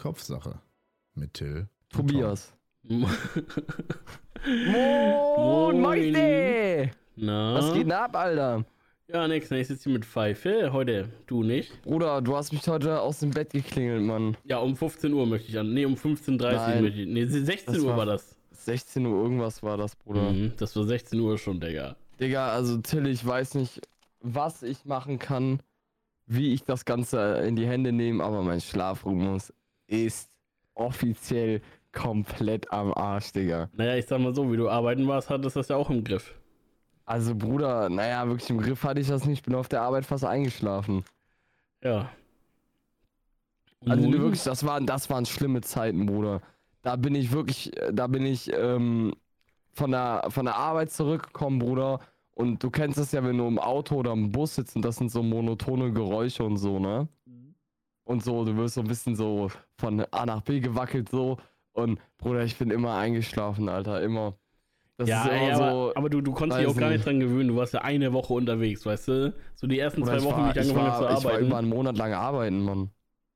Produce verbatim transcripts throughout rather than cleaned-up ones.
Kopfsache. Mit Till. Tobias. Moin, Moin, Moin. Na? Was geht denn ab, Alter? Ja, nix, ich sitze hier mit Pfeife. Heute, du nicht? Bruder, du hast mich heute aus dem Bett geklingelt, Mann. Ja, um fünfzehn Uhr möchte ich an. Nee, um fünfzehn Uhr dreißig Nein. möchte ich. Nee, sechzehn Das Uhr war- war das. sechzehn Uhr irgendwas war das, Bruder. Mhm, das war sechzehn Uhr schon, Digga. Digga, also Till, ich weiß nicht, was ich machen kann, wie ich das Ganze in die Hände nehme, aber mein Schlafrhythmus ist offiziell komplett am Arsch, Digga. Naja, ich sag mal so, wie du arbeiten warst, hattest du das ja auch im Griff. Also Bruder, naja, wirklich im Griff hatte ich das nicht. Ich bin auf der Arbeit fast eingeschlafen. Ja. Und Also nun? wirklich, das waren, das waren schlimme Zeiten, Bruder. Da bin ich wirklich, da bin ich ähm, von, der, von der Arbeit zurückgekommen, Bruder. Und du kennst es ja, wenn du im Auto oder im Bus sitzt und das sind so monotone Geräusche und so, ne? Und so, du wirst so ein bisschen so von A nach B gewackelt so. Und Bruder, ich bin immer eingeschlafen, Alter, immer. Das ja, ist immer ey, so. aber, aber du, du konntest dich weiß auch gar nicht nicht. dran gewöhnen. Du warst ja eine Woche unterwegs, weißt du? So die ersten Bruder, zwei Wochen, war, die ich ich, angefangen war, habe zu ich war arbeiten. über einen Monat lang arbeiten, Mann.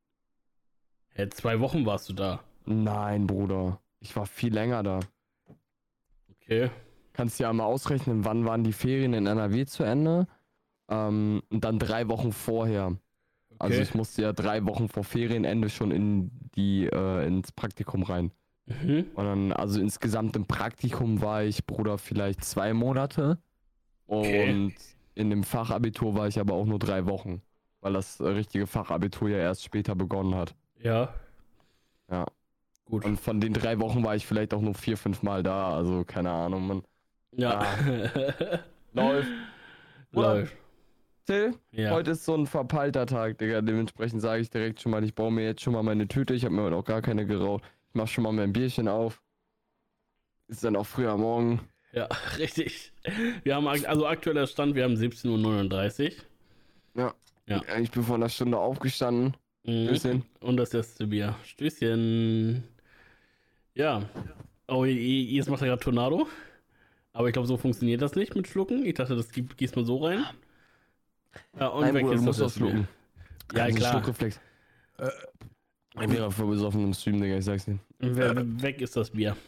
Hä, zwei Wochen warst du da. Nein, Bruder. Ich war viel länger da. Okay. Kannst du ja mal ausrechnen, wann waren die Ferien in N R W zu Ende? Ähm, und dann drei Wochen vorher. Also Okay. ich musste ja drei Wochen vor Ferienende schon in die, äh, ins Praktikum rein. Mhm. Und dann, also insgesamt im Praktikum war ich, Bruder, vielleicht zwei Monate. Okay. Und in dem Fachabitur war ich aber auch nur drei Wochen. Weil das äh, richtige Fachabitur ja erst später begonnen hat. Ja. Ja. Gut. Und von den drei Wochen war ich vielleicht auch nur vier, fünf Mal da. Also keine Ahnung, Mann. Ja. Läuft. Bruder, Läuft. Till, Ja. heute ist so ein verpeilter Tag, Digga. Dementsprechend sage ich direkt schon mal, ich baue mir jetzt schon mal meine Tüte. Ich habe mir heute auch gar keine geraucht. Ich mach schon mal mein Bierchen auf. Ist dann auch früh am Morgen. Ja, richtig. Wir haben akt- also aktueller Stand, wir haben siebzehn Uhr neununddreißig. Ja. Ja. Ich bin vor einer Stunde aufgestanden. Mhm. Stößchen. Und das erste Bier. Stößchen. Ja. Oh, j- j- jetzt macht er gerade Tornado. Aber ich glaube, so funktioniert das nicht mit Schlucken. Ich dachte, das gießt gießt man so rein. Ja, und Nein, weg Bruder, ist du das musst das erste Bier. schlucken. Ja, Das ist klar. Schluckreflex. Ich wäre voll besoffen im Stream, Digga, ich sag's dir. We- Weg ist das Bier.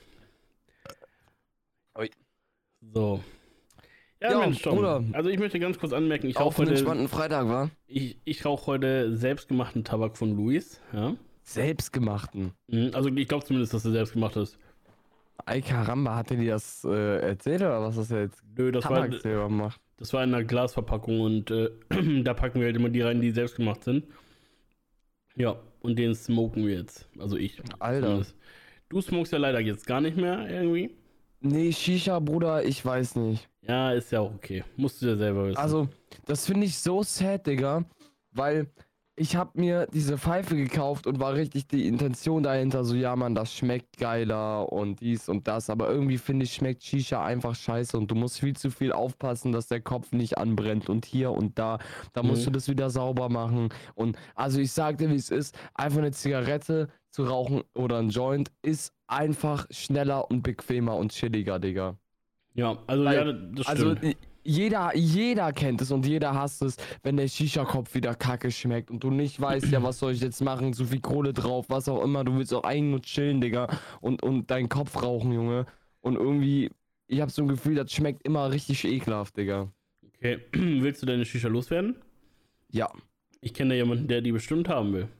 Ui. So. Ja, Ja, Mensch, Tom. Bruder. Also ich möchte ganz kurz anmerken, ich Auch rauche einen heute, entspannten Freitag, war? ich, ich rauche heute selbstgemachten Tabak von Luis. Ja. Selbstgemachten. Mhm, Also ich glaube zumindest, dass er selbst gemacht ist. Ay caramba, hat er dir das äh, erzählt oder was das er jetzt Nö, das war, Tabak selber macht? das war in einer Glasverpackung und äh, da packen wir halt immer die rein, die selbst gemacht sind. Ja, und den smoken wir jetzt. Also ich. Alter. zumindest. Du smokest ja leider jetzt gar nicht mehr irgendwie. Nee, Shisha, Bruder, ich weiß nicht. Ja, ist ja auch okay. Musst du ja selber wissen. Also, das finde ich so sad, Digga, weil ich habe mir diese Pfeife gekauft und war richtig die Intention dahinter, so, ja, Mann, das schmeckt geiler und dies und das, aber irgendwie finde ich, schmeckt Shisha einfach scheiße und du musst viel zu viel aufpassen, dass der Kopf nicht anbrennt und hier und da, da musst Mhm. du das wieder sauber machen und, also ich sag dir, wie es ist, einfach eine Zigarette zu rauchen oder ein Joint ist einfach schneller und bequemer und chilliger, Digga. ja, also Weil- ja, das Also stimmt. i- jeder, jeder kennt es und jeder hasst es, wenn der Shisha-Kopf wieder kacke schmeckt und du nicht weißt, ja, was soll ich jetzt machen, zu viel Kohle drauf, was auch immer, du willst auch eigentlich nur chillen, Digga, und, und deinen Kopf rauchen, Junge. Und irgendwie, ich hab so ein Gefühl, das schmeckt immer richtig ekelhaft, Digga. Okay, willst du deine Shisha loswerden? Ja, Ich kenne da jemanden, der die bestimmt haben will.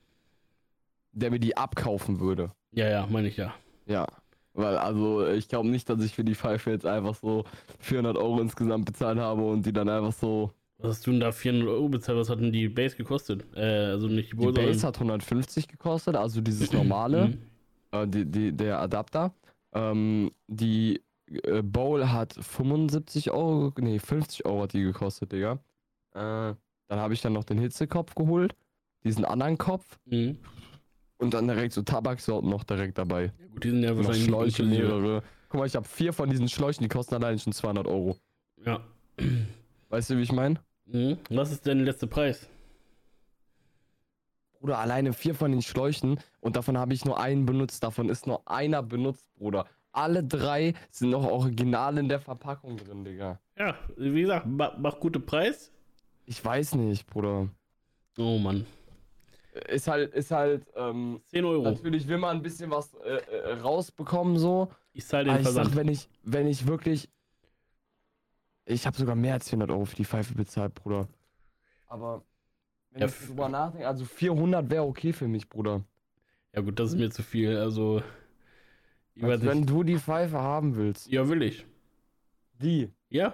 der mir die abkaufen würde. Ja, ja, meine ich ja. Ja, weil also ich glaube nicht, dass ich für die Pfeife jetzt einfach so vierhundert Euro insgesamt bezahlt habe und die dann einfach so... Was hast du denn da vierhundert Euro bezahlt? Was hat denn die Base gekostet? Äh, also nicht die Die Bose, Base hat hundertfünfzig gekostet, also dieses normale. Mhm. Äh, die, die, der Adapter. Ähm, die äh, Bowl hat fünfundsiebzig Euro, nee, fünfzig Euro hat die gekostet, Digga. Äh, dann habe ich dann noch den Hitzekopf geholt, diesen anderen Kopf Mhm. und dann direkt so Tabaksorten noch direkt dabei. Ja, gut, die sind ja Noch wahrscheinlich Schläuche, inklusive. mehrere. Guck mal, ich habe vier von diesen Schläuchen, die kosten allein schon zweihundert Euro. Ja. Weißt du, wie ich meine? Mhm. Was ist denn der letzte Preis? Bruder, alleine vier von den Schläuchen und davon habe ich nur einen benutzt. Davon ist nur einer benutzt, Bruder. Alle drei sind noch original in der Verpackung drin, Digga. Ja, wie gesagt, ma- mach gute Preis. Ich weiß nicht, Bruder. Oh Mann. ist halt, ist halt, ähm, zehn Euro. natürlich will man ein bisschen was äh, äh, rausbekommen, so. Ich zahle den Aber ich Versand. sag, wenn ich, wenn ich wirklich, ich habe sogar mehr als vierhundert Euro für die Pfeife bezahlt, Bruder. Aber wenn Ja, ich f- drüber nachdenke, also vierhundert wäre okay für mich, Bruder. Ja gut, das ist mir zu viel. Also, ich weiß Also, wenn nicht. du die Pfeife haben willst, Ja, will ich. die, Ja.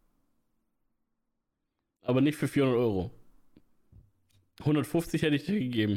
Aber nicht für vierhundert Euro. hundertfünfzig hätte ich dir gegeben.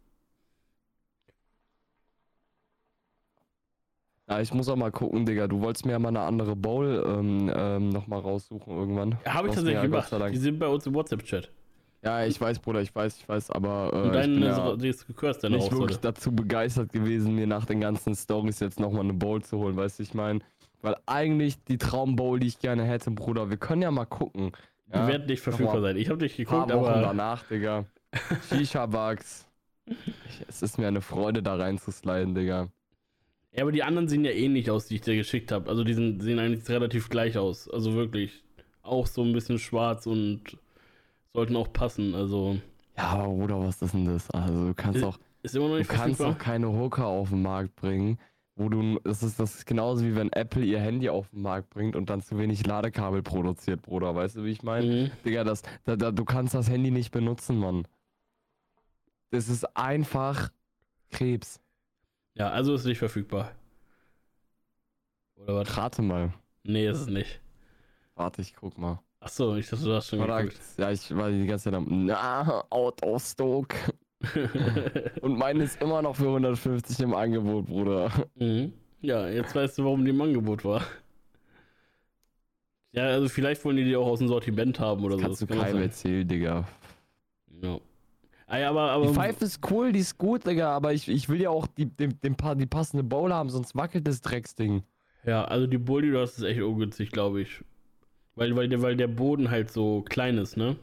ja, ich muss auch mal gucken, Digga. Du wolltest mir ja mal eine andere Bowl ähm, ähm, nochmal raussuchen irgendwann. Ja, habe ich Du hast mir tatsächlich ja Gott gemacht. sei Dank- Die sind bei uns im WhatsApp-Chat. Ja, ich weiß, Bruder, ich weiß, ich weiß, aber äh, Und ich deine, bin ja so, die ist gekürzt, deine nicht wirklich Aussage. dazu begeistert gewesen, mir nach den ganzen Stories jetzt nochmal eine Bowl zu holen, weißt du, ich meine, weil eigentlich die Traumbowl, die ich gerne hätte, Bruder, wir können ja mal gucken. Die Ja, werden nicht verfügbar nochmal sein. Ich habe nicht ein paar geguckt, Wochen aber. danach, Digga. Shisha-Bugs. Ich- Es ist mir eine Freude, da reinzusliden, Digga. Ja, aber die anderen sehen ja ähnlich aus, die ich dir geschickt habe. Also die sind, sehen eigentlich relativ gleich aus. Also wirklich. Auch so ein bisschen schwarz und sollten auch passen. Also Ja, aber Bruder, was ist denn das? Also du kannst Ist- auch, ist immer noch du nicht kannst verfügbar. auch keine Hooker auf den Markt bringen, wo du, das ist, das ist genauso wie wenn Apple ihr Handy auf den Markt bringt und dann zu wenig Ladekabel produziert, Bruder, weißt du, wie ich meine? Mhm. Digga, das, da, da, du kannst das Handy nicht benutzen, Mann. Das ist einfach Krebs. Ja, also ist nicht verfügbar. Oder was? Rate mal. Nee, ist es nicht. Warte, ich guck mal. Achso, ich dachte, du hast schon Oder, geguckt. ja, ich war die ganze Zeit am, na, out of stock. Und meine ist immer noch für hundertfünfzig im Angebot, Bruder. Mhm. Ja, jetzt weißt du, warum die im Angebot war. Ja, also vielleicht wollen die die auch aus dem Sortiment haben oder so. Kannst du kann auch keinem sein. erzählen, Digga. Ja. Ah, ja, aber, aber Die Pfeife ist cool, die ist gut, Digga, aber ich, ich will ja auch die, den, den, pa- die passende Bowl haben, sonst wackelt das Drecksding. ja, also die Bull, die du hast, ist echt ungünstig, glaube ich. Weil, weil, der, weil der Boden halt so klein ist, ne?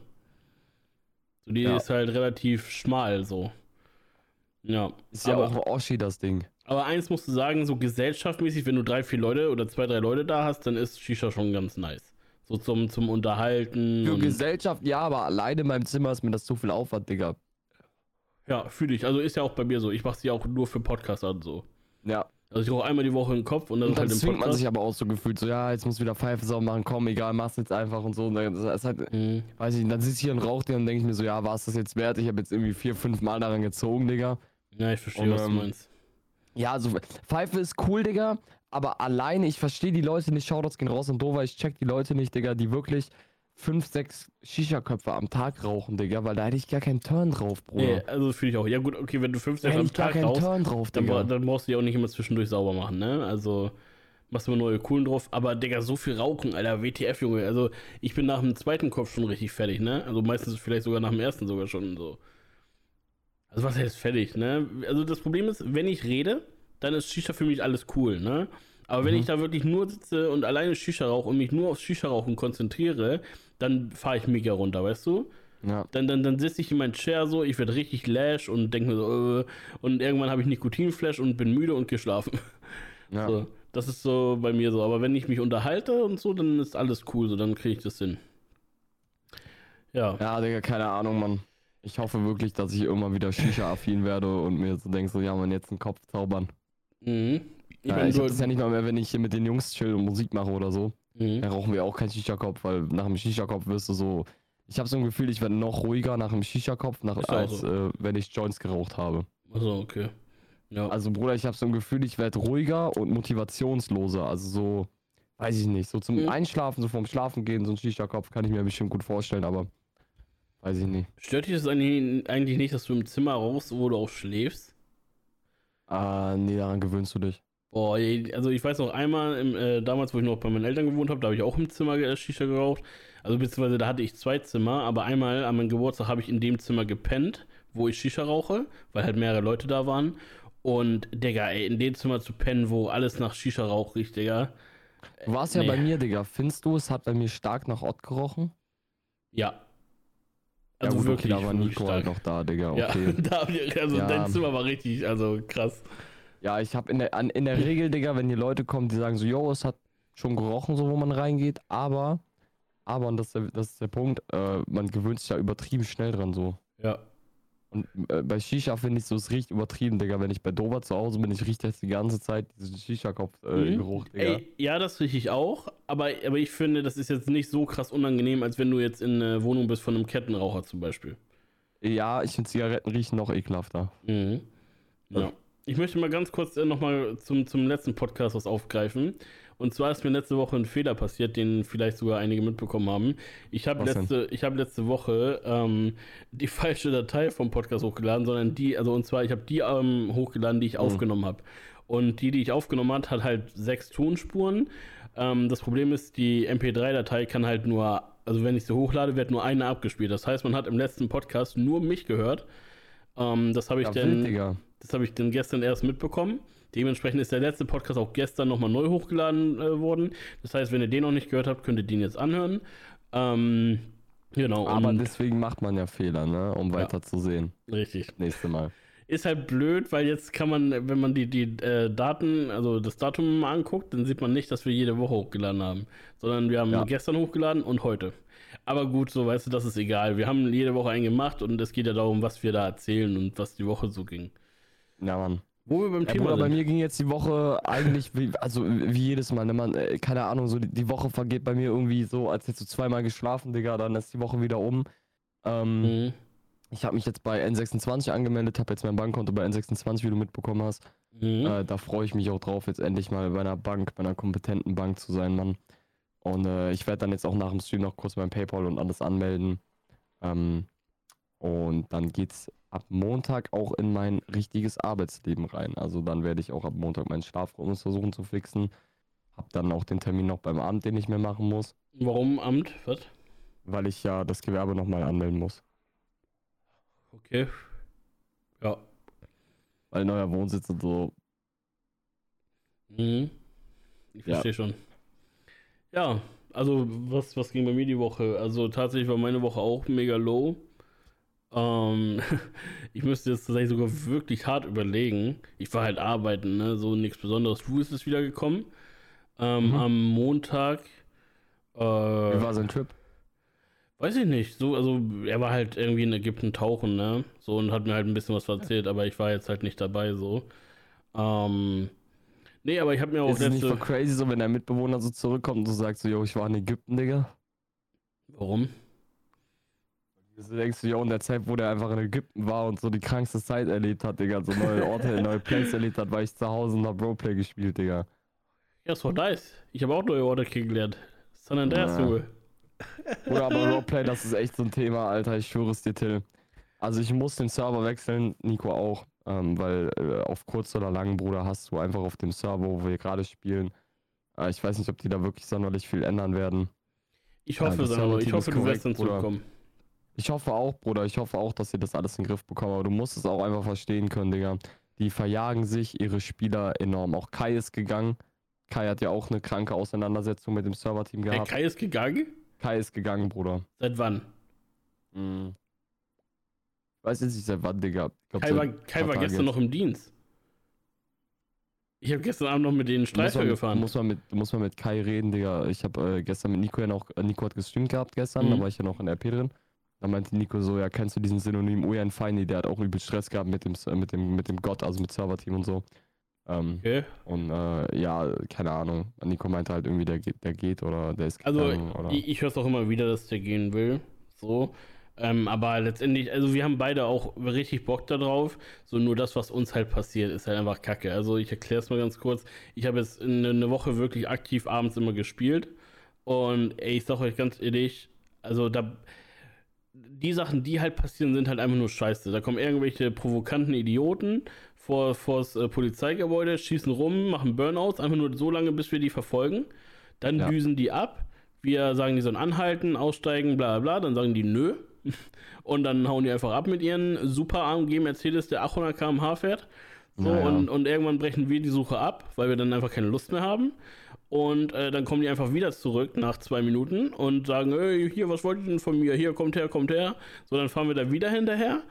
So, die Ja. ist halt relativ schmal, so. Ja. Ist ja aber, auch ein Oschi, das Ding. aber eins musst du sagen, so gesellschaftsmäßig, wenn du drei, vier Leute oder zwei, drei Leute da hast, dann ist Shisha schon ganz nice. So zum, zum Unterhalten. Für und, Gesellschaft, ja, aber alleine in meinem Zimmer ist mir das zu viel Aufwand, Digga. ja, fühle ich. Also ist ja auch bei mir so. Ich mache sie auch nur für Podcaster und so. Ja. Also ich rauche einmal die Woche den Kopf und dann, Und dann halt im zwingt man Podcast. sich aber auch so gefühlt, so, ja, jetzt muss wieder Pfeife sauber machen, komm, egal, mach's jetzt einfach und so. Und dann, das ist halt, Mhm. weiß ich nicht, dann sitze ich hier und rauche dir und denke ich mir so, ja, war es das jetzt wert? Ich habe jetzt irgendwie vier, fünf Mal daran gezogen, Digga. Ja, ich verstehe, Und, was du ähm, meinst. Ja, also Pfeife ist cool, Digga, aber alleine, ich verstehe die Leute nicht, Shoutouts gehen raus und Dover, ich check die Leute nicht, Digga, die wirklich fünf, sechs Shisha-Köpfe am Tag rauchen, Digga, weil da hätte ich gar keinen Turn drauf, Bruder. Nee, also fühle ich auch. Ja gut, okay, wenn du fünf, da sechs hätte am ich gar Tag keinen rauchst, Turn drauf, dann, bra Digga. dann brauchst du ja auch nicht immer zwischendurch sauber machen, ne? Also machst du immer neue Coolen drauf. Aber Digga, so viel Rauchen, Alter, W T F, Junge. Also ich bin nach dem zweiten Kopf schon richtig fertig, ne? Also meistens vielleicht sogar nach dem ersten sogar schon so. Also was heißt fertig, ne? Also das Problem ist, wenn ich rede, dann ist Shisha für mich alles cool, ne? Aber wenn Mhm. ich da wirklich nur sitze und alleine Shisha rauche und mich nur aufs Shisha-Rauchen konzentriere, dann fahre ich mega runter, weißt du? Ja. Dann, dann, dann sitze ich in meinem Chair so, ich werde richtig lash und denke mir so, äh, und irgendwann habe ich Nikotinflash und bin müde und geschlafen. Ja. So, das ist so bei mir so. Aber wenn ich mich unterhalte und so, dann ist alles cool, so, dann kriege ich das hin. Ja. Ja, Digga, keine Ahnung, Mann. Ich hoffe wirklich, dass ich irgendwann wieder Shisha-affin werde und mir so denke, so, ja, man, jetzt einen Kopf zaubern. Mhm. Ich Ja, mein, ich du- hab das ja nicht mal mehr, wenn ich hier mit den Jungs chill und Musik mache oder so. Mhm. Dann rauchen wir auch keinen Shisha-Kopf, weil nach dem Shisha-Kopf wirst du so. Ich habe so ein Gefühl, ich werde noch ruhiger nach dem Shisha-Kopf, nach, Ist auch als so. äh, wenn ich Joints geraucht habe. Achso, okay. Ja. Also, Bruder, ich habe so ein Gefühl, ich werde ruhiger und motivationsloser. Also so, weiß ich nicht, so zum Mhm. Einschlafen, so vorm Schlafen gehen, so ein Shisha-Kopf kann ich mir bestimmt gut vorstellen, aber weiß ich nicht. Stört dich das eigentlich eigentlich nicht, dass du im Zimmer rauchst, wo du auch schläfst? Ah, nee, daran gewöhnst du dich. Boah, ey, also ich weiß noch einmal, im, äh, damals, wo ich noch bei meinen Eltern gewohnt habe, da habe ich auch im Zimmer äh, Shisha geraucht. Also beziehungsweise da hatte ich zwei Zimmer, aber einmal an meinem Geburtstag habe ich in dem Zimmer gepennt, wo ich Shisha rauche, weil halt mehrere Leute da waren. Und, Digga, ey, in dem Zimmer zu pennen, wo alles nach Shisha-Rauch riecht, Digga. Du warst ja nee. bei mir, Digga. Findest du, es hat bei mir stark nach Ott gerochen? Ja. Ja, Also gut, wirklich, okay, da war wirklich Nico halt stark. noch da, Digga. Ja, Okay. da hab ich, also Ja. dein Zimmer war richtig, also krass. Ja, ich habe in der, an, in der Regel, Digga, wenn hier Leute kommen, die sagen so, yo, es hat schon gerochen, so wo man reingeht, aber, aber, und das ist der, das ist der Punkt, äh, man gewöhnt sich ja übertrieben schnell dran so. Ja. Und äh, bei Shisha finde ich so, es riecht übertrieben, Digga. Wenn ich bei Dover zu Hause bin, ich rieche jetzt die ganze Zeit diesen Shisha-Kopf-Geruch, Mhm. Digga. Ey, ja, das rieche ich auch, aber, aber ich finde, das ist jetzt nicht so krass unangenehm, als wenn du jetzt in einer Wohnung bist von einem Kettenraucher zum Beispiel. Ja, ich finde Zigaretten riechen noch ekelhafter. Mhm. Ja. Ich möchte mal ganz kurz äh, nochmal zum, zum letzten Podcast was aufgreifen. Und zwar ist mir letzte Woche ein Fehler passiert, den vielleicht sogar einige mitbekommen haben. Ich habe Was denn? letzte, ich hab letzte Woche ähm, die falsche Datei vom Podcast hochgeladen, sondern die, also und zwar, ich habe die ähm, hochgeladen, die ich Mhm. aufgenommen habe. Und die, die ich aufgenommen habe, hat halt sechs Tonspuren. Ähm, das Problem ist, die M P drei Datei kann halt nur, also wenn ich sie hochlade, wird nur eine abgespielt. Das heißt, man hat im letzten Podcast nur mich gehört. Ähm, das habe ich Ja, dann. wild, Digga. Das habe ich dann gestern erst mitbekommen. Dementsprechend ist der letzte Podcast auch gestern nochmal neu hochgeladen äh, worden. Das heißt, wenn ihr den noch nicht gehört habt, könnt ihr den jetzt anhören. Ähm, genau. Aber und, deswegen macht man ja Fehler, ne? Um Ja. weiter zu sehen. richtig. Nächste Mal. Ist halt blöd, weil jetzt kann man, wenn man die, die äh, Daten, also das Datum mal anguckt, dann sieht man nicht, dass wir jede Woche hochgeladen haben. Sondern wir haben Ja. gestern hochgeladen und heute. Aber gut, so weißt du, das ist egal. Wir haben jede Woche einen gemacht und es geht ja darum, was wir da erzählen und was die Woche so ging. Ja, Mann. Wo wir beim Ja, Thema Bruder, bei sind. mir ging jetzt die Woche eigentlich, wie, also wie jedes Mal, ne, man, äh, keine Ahnung, so die, die Woche vergeht bei mir irgendwie so, als hättest du zweimal geschlafen, Digga, dann ist die Woche wieder um. Ähm, Mhm. Ich habe mich jetzt bei N sechsundzwanzig angemeldet, habe jetzt mein Bankkonto bei N sechsundzwanzig, wie du mitbekommen hast. Mhm. Äh, da freue ich mich auch drauf, jetzt endlich mal bei einer Bank, bei einer kompetenten Bank zu sein, Mann. Und äh, ich werde dann jetzt auch nach dem Stream noch kurz mein PayPal und alles anmelden. Ähm, und dann geht's ab Montag auch in mein richtiges Arbeitsleben rein. Also dann werde ich auch ab Montag meinen Schlafrhythmus versuchen zu fixen. Hab dann auch den Termin noch beim Amt, den ich mir machen muss, Warum Amt? Was? weil ich ja das Gewerbe nochmal anmelden muss. Okay. Ja. Weil neuer Wohnsitz und so. Mhm. Ich Ja. verstehe schon. Ja, also was, was ging bei mir die Woche? Also tatsächlich war meine Woche auch mega low. Ähm, ich müsste jetzt tatsächlich sogar wirklich hart überlegen. Ich war halt arbeiten, ne? So nichts Besonderes. Du bist es wieder gekommen. Ähm, Mhm. Am Montag. Äh, Wie war sein Trip? Weiß ich nicht. So, also er war halt irgendwie in Ägypten tauchen, ne? So und hat mir halt ein bisschen was erzählt, aber ich war jetzt halt nicht dabei, so. Ähm, nee, aber ich habe mir auch Ist es nicht letzte. voll crazy, so wenn dein Mitbewohner so zurückkommt und du sagst so, yo, ich war in Ägypten, Digga? Warum? Du denkst du, yo, in der Zeit, wo der einfach in Ägypten war und so die krankste Zeit erlebt hat, Digga, so neue Orte, neue Places erlebt hat, war ich zu Hause und hab Roleplay gespielt, Digga. Ja, ist voll nice. Ich habe auch neue Orte kennengelernt. San Andreas, Ja. Junge. Oder aber Roleplay, das ist echt so ein Thema, Alter, ich schwöre es dir, Till. Also ich muss den Server wechseln, Nico auch, ähm, weil äh, auf kurz oder lang, Bruder, hast du einfach auf dem Server, wo wir gerade spielen, äh, ich weiß nicht, ob die da wirklich sonderlich viel ändern werden. Ich Ja, hoffe das es aber. Ich Server-Team hoffe, ist du wirst dann korrekt, Bruder. zurückkommen. Ich hoffe auch, Bruder, ich hoffe auch, dass ihr das alles in den Griff bekommt, aber du musst es auch einfach verstehen können, Digga. Die verjagen sich, ihre Spieler enorm. Auch Kai ist gegangen. Kai hat ja auch eine kranke Auseinandersetzung mit dem Server-Team Der gehabt. Kai ist gegangen? Kai ist gegangen, Bruder. Seit wann? Mhm. Ich weiß jetzt nicht seit wann, Digga. Ich glaub, Kai seit war, ein Kai paar war Tagen gestern jetzt. noch im Dienst. Ich habe gestern Abend noch mit denen Du musst, Streifer mal mit, gefahren. muss mal mit, du musst mal mit Kai reden, Digga. Ich habe äh, gestern mit Nico ja noch, äh, Nico hat gestreamt gehabt gestern, Mhm. da war ich ja noch in R P drin. Da meinte Nico so, ja, kennst du diesen Synonym Ojan Feini, der hat auch übel Stress gehabt mit dem, äh, mit dem, mit dem Gott, also mit Server-Team und so. Ähm, Okay. Und äh, ja, keine Ahnung. Nico meinte halt irgendwie, der geht, der geht oder der ist Also, gegangen. Oder... ich, ich höre es auch immer wieder, dass der gehen will. So. Ähm, aber letztendlich, also wir haben beide auch richtig Bock da drauf. So nur das, was uns halt passiert, ist halt einfach Kacke. Also ich erkläre es mal ganz kurz. Ich habe jetzt eine, eine Woche wirklich aktiv abends immer gespielt. Und ey, ich sag euch ganz ehrlich, also da. Die Sachen, die halt passieren, sind halt einfach nur scheiße. Da kommen irgendwelche provokanten Idioten vor vors äh, Polizeigebäude, schießen rum, machen Burnouts, einfach nur so lange, bis wir die verfolgen. Dann Ja. düsen die ab. Wir sagen, die sollen anhalten, aussteigen, bla bla. Dann sagen die nö. Und dann hauen die einfach ab mit ihren super A M G Mercedes, der achthundert Kilometer pro Stunde fährt. So, Naja. und, und irgendwann brechen wir die Suche ab, weil wir dann einfach keine Lust mehr haben. Und äh, dann kommen die einfach wieder zurück nach zwei Minuten und sagen, ey, hier, was wollt ihr denn von mir? Hier, kommt her, kommt her. So, dann fahren wir da wieder hinterher.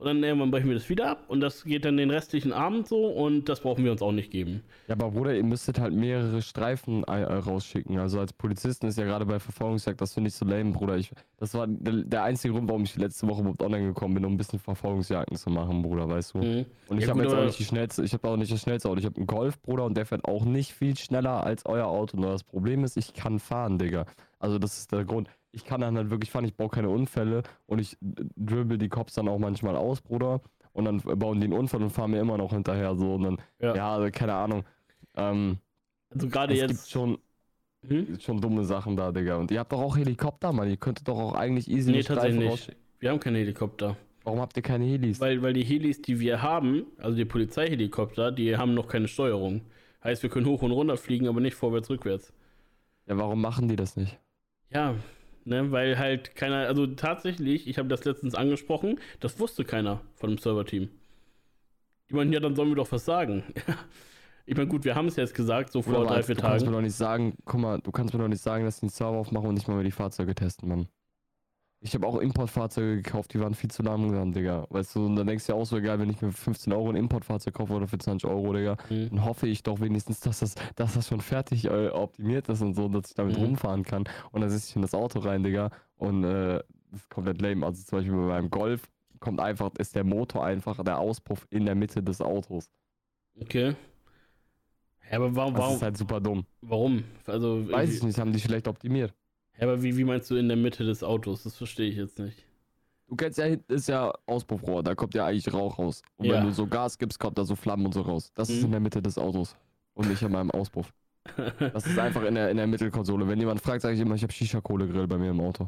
und dann irgendwann brechen wir das wieder ab und das geht dann den restlichen Abend so und das brauchen wir uns auch nicht geben. Ja, aber Bruder, ihr müsstet halt mehrere Streifen äh, rausschicken. Also als Polizisten ist ja gerade bei Verfolgungsjagd, das finde ich so lame, Bruder. Ich, das war der, der einzige Grund, warum ich letzte Woche überhaupt online gekommen bin, um ein bisschen Verfolgungsjagden zu machen, Bruder, weißt du. Mhm. Und ich Ja, habe gut, jetzt auch aber- nicht die schnellste, ich habe auch nicht das schnellste Auto. Ich habe einen Golf, Bruder, und der fährt auch nicht viel schneller als euer Auto. Nur das Problem ist, ich kann fahren, Digga. Also das ist der Grund. Ich kann dann halt wirklich fahren, ich baue keine Unfälle und ich dribbel die Cops dann auch manchmal aus, Bruder. Und dann bauen die einen Unfall und fahren mir immer noch hinterher so. Und dann, Ja. ja, also keine Ahnung. Ähm, Also gerade es gibt jetzt. schon, Hm? schon dumme Sachen da, Digga. Und ihr habt doch auch Helikopter, Mann. Ihr könntet doch auch eigentlich easy Nee, eine Streife tatsächlich nicht. rausschicken. Wir haben keinen Helikopter. Warum habt ihr keine Helis? Weil, weil die Helis, die wir haben, also die Polizeihelikopter, die haben noch keine Steuerung. Heißt, wir können hoch und runter fliegen, aber nicht vorwärts, rückwärts. Ja, warum machen die das nicht? Ja, ne, weil halt keiner, also tatsächlich, ich habe das letztens angesprochen, das wusste keiner von dem Serverteam. Die meinten, ja, dann sollen wir doch was sagen. Ich meine, gut, wir haben es jetzt gesagt, so vor Bruder, aber drei, vier du kannst mir Tagen. doch nicht sagen, guck mal, du kannst mir doch nicht sagen, dass die einen Server aufmachen und nicht mal mehr die Fahrzeuge testen, Mann. Ich habe auch Importfahrzeuge gekauft, die waren viel zu langsam, Digga. Weißt du, und dann denkst du ja auch so, egal, wenn ich mir für fünfzehn Euro ein Importfahrzeug kaufe oder für zwanzig Euro, Digga, Mhm. dann hoffe ich doch wenigstens, dass das, dass das schon fertig äh, optimiert ist und so, dass ich damit Mhm. rumfahren kann. Und dann sitze ich in das Auto rein, Digga, und äh, das ist komplett lame. Also zum Beispiel bei meinem Golf kommt einfach, ist der Motor einfach der Auspuff in der Mitte des Autos. Okay. Ja, aber warum, Das warum, ist halt super dumm. warum? Also, Weiß wie, ich nicht, haben die schlecht optimiert. Ja, aber wie, wie meinst du in der Mitte des Autos? Das verstehe ich jetzt nicht. Du kennst ja, hinten ist ja Auspuffrohr, da kommt ja eigentlich Rauch raus. Und Ja. wenn du so Gas gibst, kommt da so Flammen und so raus. Das ist Mhm. in der Mitte des Autos und nicht in meinem Auspuff. Das ist einfach in der, in der Mittelkonsole. Wenn jemand fragt, sage ich immer, ich habe Shisha-Kohle-Grill bei mir im Auto.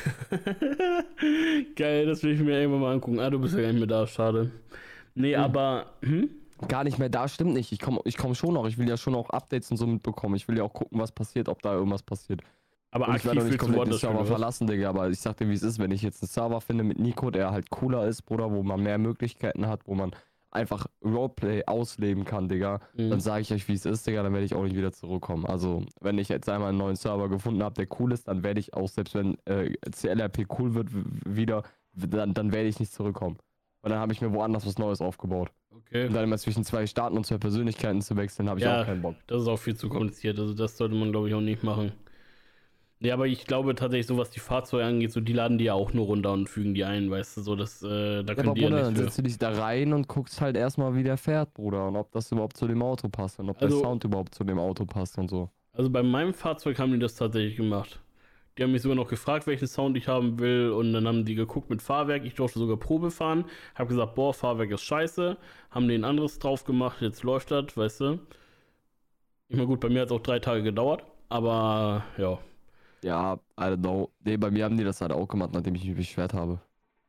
Geil, das will ich mir irgendwann mal angucken. Ah, du bist ja gar nicht mehr da, schade. Nee, Mhm. aber. Hm? Gar nicht mehr da, stimmt nicht. Ich komme ich komm schon noch. Ich will ja schon auch Updates und so mitbekommen. Ich will ja auch gucken, was passiert, ob da irgendwas passiert. Aber Und ich werde aktiv doch nicht willst du komplett den woanders Server spielen, oder was? verlassen, Digga. Aber ich sag dir, wie es ist, wenn ich jetzt einen Server finde mit Nico, der halt cooler ist, Bruder, wo man mehr Möglichkeiten hat, wo man einfach Roleplay ausleben kann, Digga. Mhm. Dann sage ich euch, wie es ist, Digga, dann werde ich auch nicht wieder zurückkommen. Also, wenn ich jetzt einmal einen neuen Server gefunden habe, der cool ist, dann werde ich auch, selbst wenn äh, C L R P cool wird, w- wieder, dann, dann werde ich nicht zurückkommen. Und dann habe ich mir woanders was Neues aufgebaut. Okay. Und dann immer zwischen zwei Staaten und zwei Persönlichkeiten zu wechseln, habe ich Ja. auch keinen Bock. Das ist auch viel zu kompliziert. Also, das sollte man, glaube ich, auch nicht machen. Ja, aber ich glaube tatsächlich, so was die Fahrzeuge angeht, so die laden die ja auch nur runter und fügen die ein, weißt du, so das, äh, da Ja, können aber die ja Bruder, dann nichts für. setzt du dich da rein und guckst halt erstmal, wie der fährt, Bruder. Und ob das überhaupt zu dem Auto passt und ob Also- der Sound überhaupt zu dem Auto passt und so. Also bei meinem Fahrzeug haben die das tatsächlich gemacht. Die haben mich sogar noch gefragt, welchen Sound ich haben will, und dann haben die geguckt mit Fahrwerk. Ich durfte sogar Probe fahren. Hab gesagt, boah, Fahrwerk ist scheiße. Haben denen anderes drauf gemacht, jetzt läuft das, weißt du. Ich meine, gut, bei mir hat es auch drei Tage gedauert, aber ja. Ja, I don't know. Nee, bei mir haben die das halt auch gemacht, nachdem ich mich beschwert habe.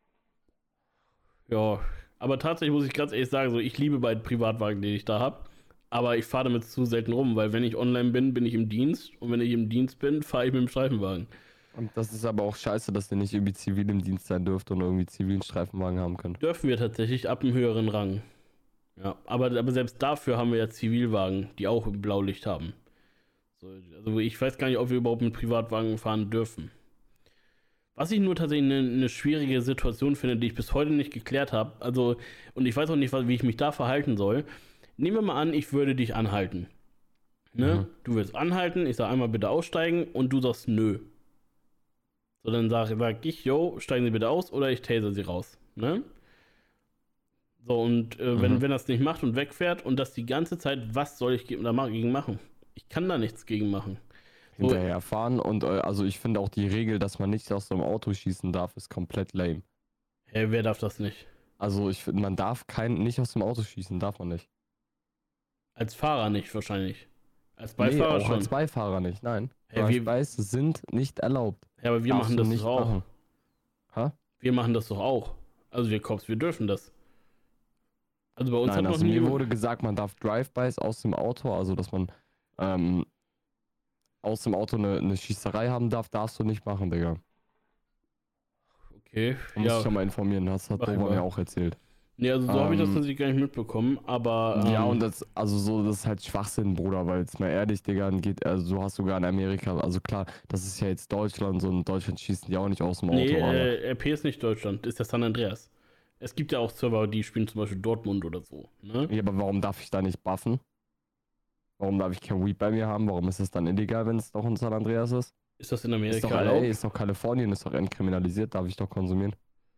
Ja, aber tatsächlich muss ich ganz ehrlich sagen, so ich liebe beide Privatwagen, die ich da habe. Aber ich fahre damit zu selten rum, weil wenn ich online bin, bin ich im Dienst. Und wenn ich im Dienst bin, fahre ich mit dem Streifenwagen. Und das ist aber auch scheiße, dass ihr nicht irgendwie zivil im Dienst sein dürft und irgendwie zivilen Streifenwagen haben könnt. Dürfen wir tatsächlich ab einem höheren Rang. Ja, aber, aber selbst dafür haben wir ja Zivilwagen, die auch Blaulicht haben. So, also ich weiß gar nicht, ob wir überhaupt mit Privatwagen fahren dürfen. Was ich nur tatsächlich eine, eine schwierige Situation finde, die ich bis heute nicht geklärt habe. Also, und ich weiß auch nicht, wie ich mich da verhalten soll. Nehmen wir mal an, ich würde dich anhalten. Ne? Mhm. Du willst anhalten, ich sage einmal bitte aussteigen und du sagst nö. So, dann sage sag ich, yo, steigen Sie bitte aus oder ich taser Sie raus. Ne? So, und äh, wenn, Mhm. wenn das nicht macht und wegfährt und das die ganze Zeit, was soll ich ge- da ma- gegen machen? Ich kann da nichts gegen machen. So, Hinterherfahren und äh, also ich finde auch die Regel, dass man nicht aus so einem Auto schießen darf, ist komplett lame. hey, wer darf das nicht? Also ich finde, man darf kein, nicht aus dem Auto schießen, darf man nicht. Als Fahrer nicht wahrscheinlich. Als Nee, Beifahrer auch schon. als Beifahrer nicht, nein. Hey, wir- Drive-bys sind nicht erlaubt. Ja, aber wir Darfst machen du das nicht doch auch. machen. Hä? Wir machen das doch auch. Also wir Cops, wir dürfen das. Also bei uns Nein, hat also noch nie mir wurde gesagt, man darf Drive-bys aus dem Auto, also dass man ähm, aus dem Auto eine, eine Schießerei haben darf, darfst du nicht machen, Digga. Okay, Du musst ja. dich schon mal informieren, das hat Mach ich Dova mal. mir auch erzählt. Nee, also so habe ich das Ähm, tatsächlich gar nicht mitbekommen, aber ähm, Ja, und das, also so, das ist halt Schwachsinn, Bruder, weil jetzt mal ehrlich, Digga, dann geht, also du hast sogar in Amerika, also klar, das ist ja jetzt Deutschland, so in Deutschland schießen die auch nicht aus dem Auto, nee, aber äh, R P ist nicht Deutschland, ist ja San Andreas. Es gibt ja auch Server, die spielen zum Beispiel Dortmund oder so. Ne? Ja, aber warum darf ich da nicht buffen? Warum darf ich kein Weed bei mir haben? Warum ist es dann illegal, wenn es doch in San Andreas ist? Ist das in Ist Amerika doch L A, erlaubt? ist doch Kalifornien, ist doch entkriminalisiert, darf ich doch konsumieren.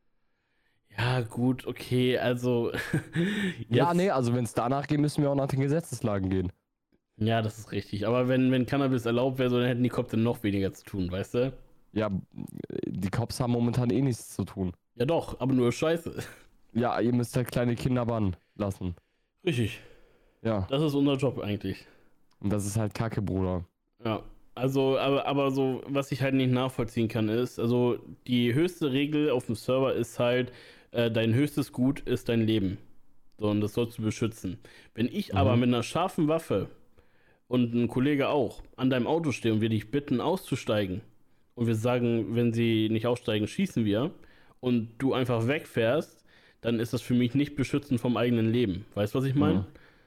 Ja, gut, okay, also. Ja, jetzt- nee, also wenn es danach geht, müssen wir auch nach den Gesetzeslagen gehen. Ja, das ist richtig. Aber wenn, wenn Cannabis erlaubt wäre, so, dann hätten die Cops dann noch weniger zu tun, weißt du? Ja, die Cops haben momentan eh nichts zu tun. Ja, doch, aber nur Scheiße. Ja, ihr müsst halt kleine Kinder bannen lassen. Richtig. Ja, Das ist unser Job eigentlich. und das ist halt Kacke, Bruder. Ja. Also, aber, aber so, was ich halt nicht nachvollziehen kann, ist, also die höchste Regel auf dem Server ist halt, äh, dein höchstes Gut ist dein Leben. So, und das sollst du beschützen. Wenn ich Mhm. aber mit einer scharfen Waffe und ein Kollege auch an deinem Auto stehe und wir dich bitten auszusteigen und wir sagen, wenn sie nicht aussteigen, schießen wir und du einfach wegfährst, dann ist das für mich nicht beschützen vom eigenen Leben. Weißt du, was ich meine? Mhm.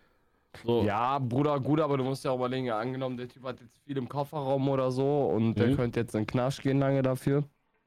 So. Ja, Bruder, gut, aber du musst ja auch überlegen, ja, angenommen, der Typ hat jetzt viel im Kofferraum oder so und der Mhm. könnte jetzt in den Knast gehen lange dafür.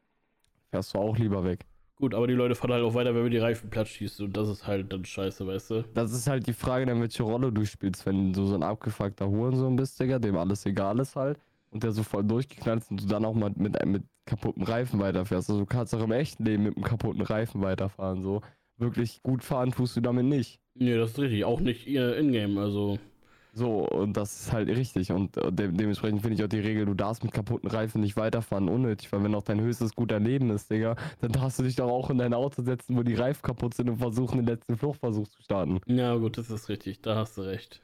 Fährst du auch lieber weg. Gut, aber die Leute fahren halt auch weiter, wenn wir die Reifen platt schießt und das ist halt dann scheiße, weißt du? Das ist halt die Frage, dann welche Rolle du spielst, wenn du so ein abgefuckter Hurensohn bist, Digga, dem alles egal ist halt und der so voll durchgeknallt ist und du dann auch mal mit, mit kaputten Reifen weiterfährst. Also du kannst auch im echten Leben mit einem kaputten Reifen weiterfahren, so. Wirklich gut fahren tust du damit nicht. Nee, das ist richtig. Auch nicht ihr Ingame, also. So, und das ist halt richtig. Und äh, de dementsprechend finde ich auch die Regel, du darfst mit kaputten Reifen nicht weiterfahren, unnötig, weil wenn auch dein höchstes Gut dein Leben ist, Digga, dann darfst du dich doch auch in dein Auto setzen, wo die Reifen kaputt sind und versuchen, den letzten Fluchtversuch zu starten. Ja, gut, das ist richtig. Da hast du recht.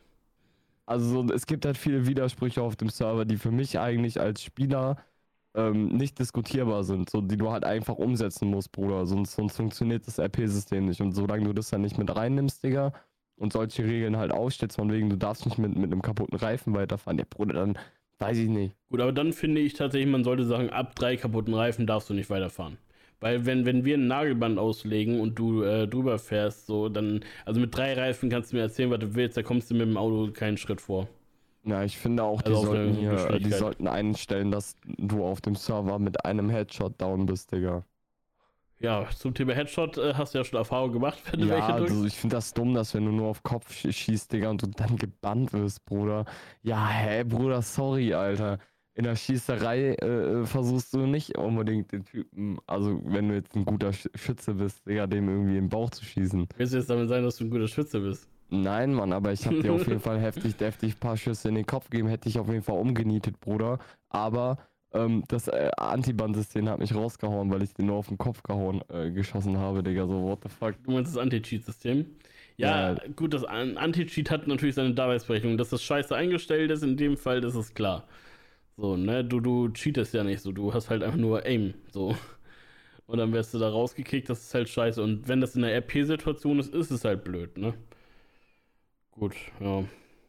Also so, es gibt halt viele Widersprüche auf dem Server, die für mich eigentlich als Spieler ähm, nicht diskutierbar sind, so die du halt einfach umsetzen musst, Bruder, sonst, sonst funktioniert das R P-System nicht. Und solange du das dann nicht mit reinnimmst, Digga, und solche Regeln halt ausstellst, von wegen, du darfst nicht mit, mit einem kaputten Reifen weiterfahren, ja, Bruder, dann weiß ich nicht. Gut, aber dann finde ich tatsächlich, man sollte sagen, ab drei kaputten Reifen darfst du nicht weiterfahren. Weil wenn, wenn wir ein Nagelband auslegen und du äh, drüber fährst, so, dann, also mit drei Reifen kannst du mir erzählen, was du willst, da kommst du mit dem Auto keinen Schritt vor. Ja, ich finde auch, die Also auf sollten eine hier, die Geschwindigkeit. sollten einstellen, dass du auf dem Server mit einem Headshot down bist, Digga. Ja, zum Thema Headshot äh, hast du ja schon Erfahrung gemacht, wenn du Ja, welche drückst. also ich finde das dumm, dass wenn du nur auf Kopf sch- schießt, Digga, und du dann gebannt wirst, Bruder. Ja, hä, Bruder, sorry, Alter. In der Schießerei äh, versuchst du nicht unbedingt den Typen, also wenn du jetzt ein guter Sch Schütze bist, Digga, dem irgendwie im Bauch zu schießen. Willst du jetzt damit sagen, dass du ein guter Schütze bist? Nein, Mann, aber ich habe dir auf jeden Fall heftig, deftig ein paar Schüsse in den Kopf gegeben, hätte ich auf jeden Fall umgenietet, Bruder. Aber ähm, das äh, Antiband-System hat mich rausgehauen, weil ich den nur auf den Kopf gehauen, äh, geschossen habe, Digga, so what the fuck. Du meinst das Anti-Cheat-System? Ja, Ja. gut, das An- Anti-Cheat hat natürlich seine Daseinsberechtigung. Dass das scheiße eingestellt ist, in dem Fall, das ist klar. So, ne, du, du cheatest ja nicht so, du hast halt einfach nur Aim, so. Und dann wirst du da rausgekickt, das ist halt scheiße. Und wenn das in einer R P-Situation ist, ist es halt blöd, ne? Gut, ja.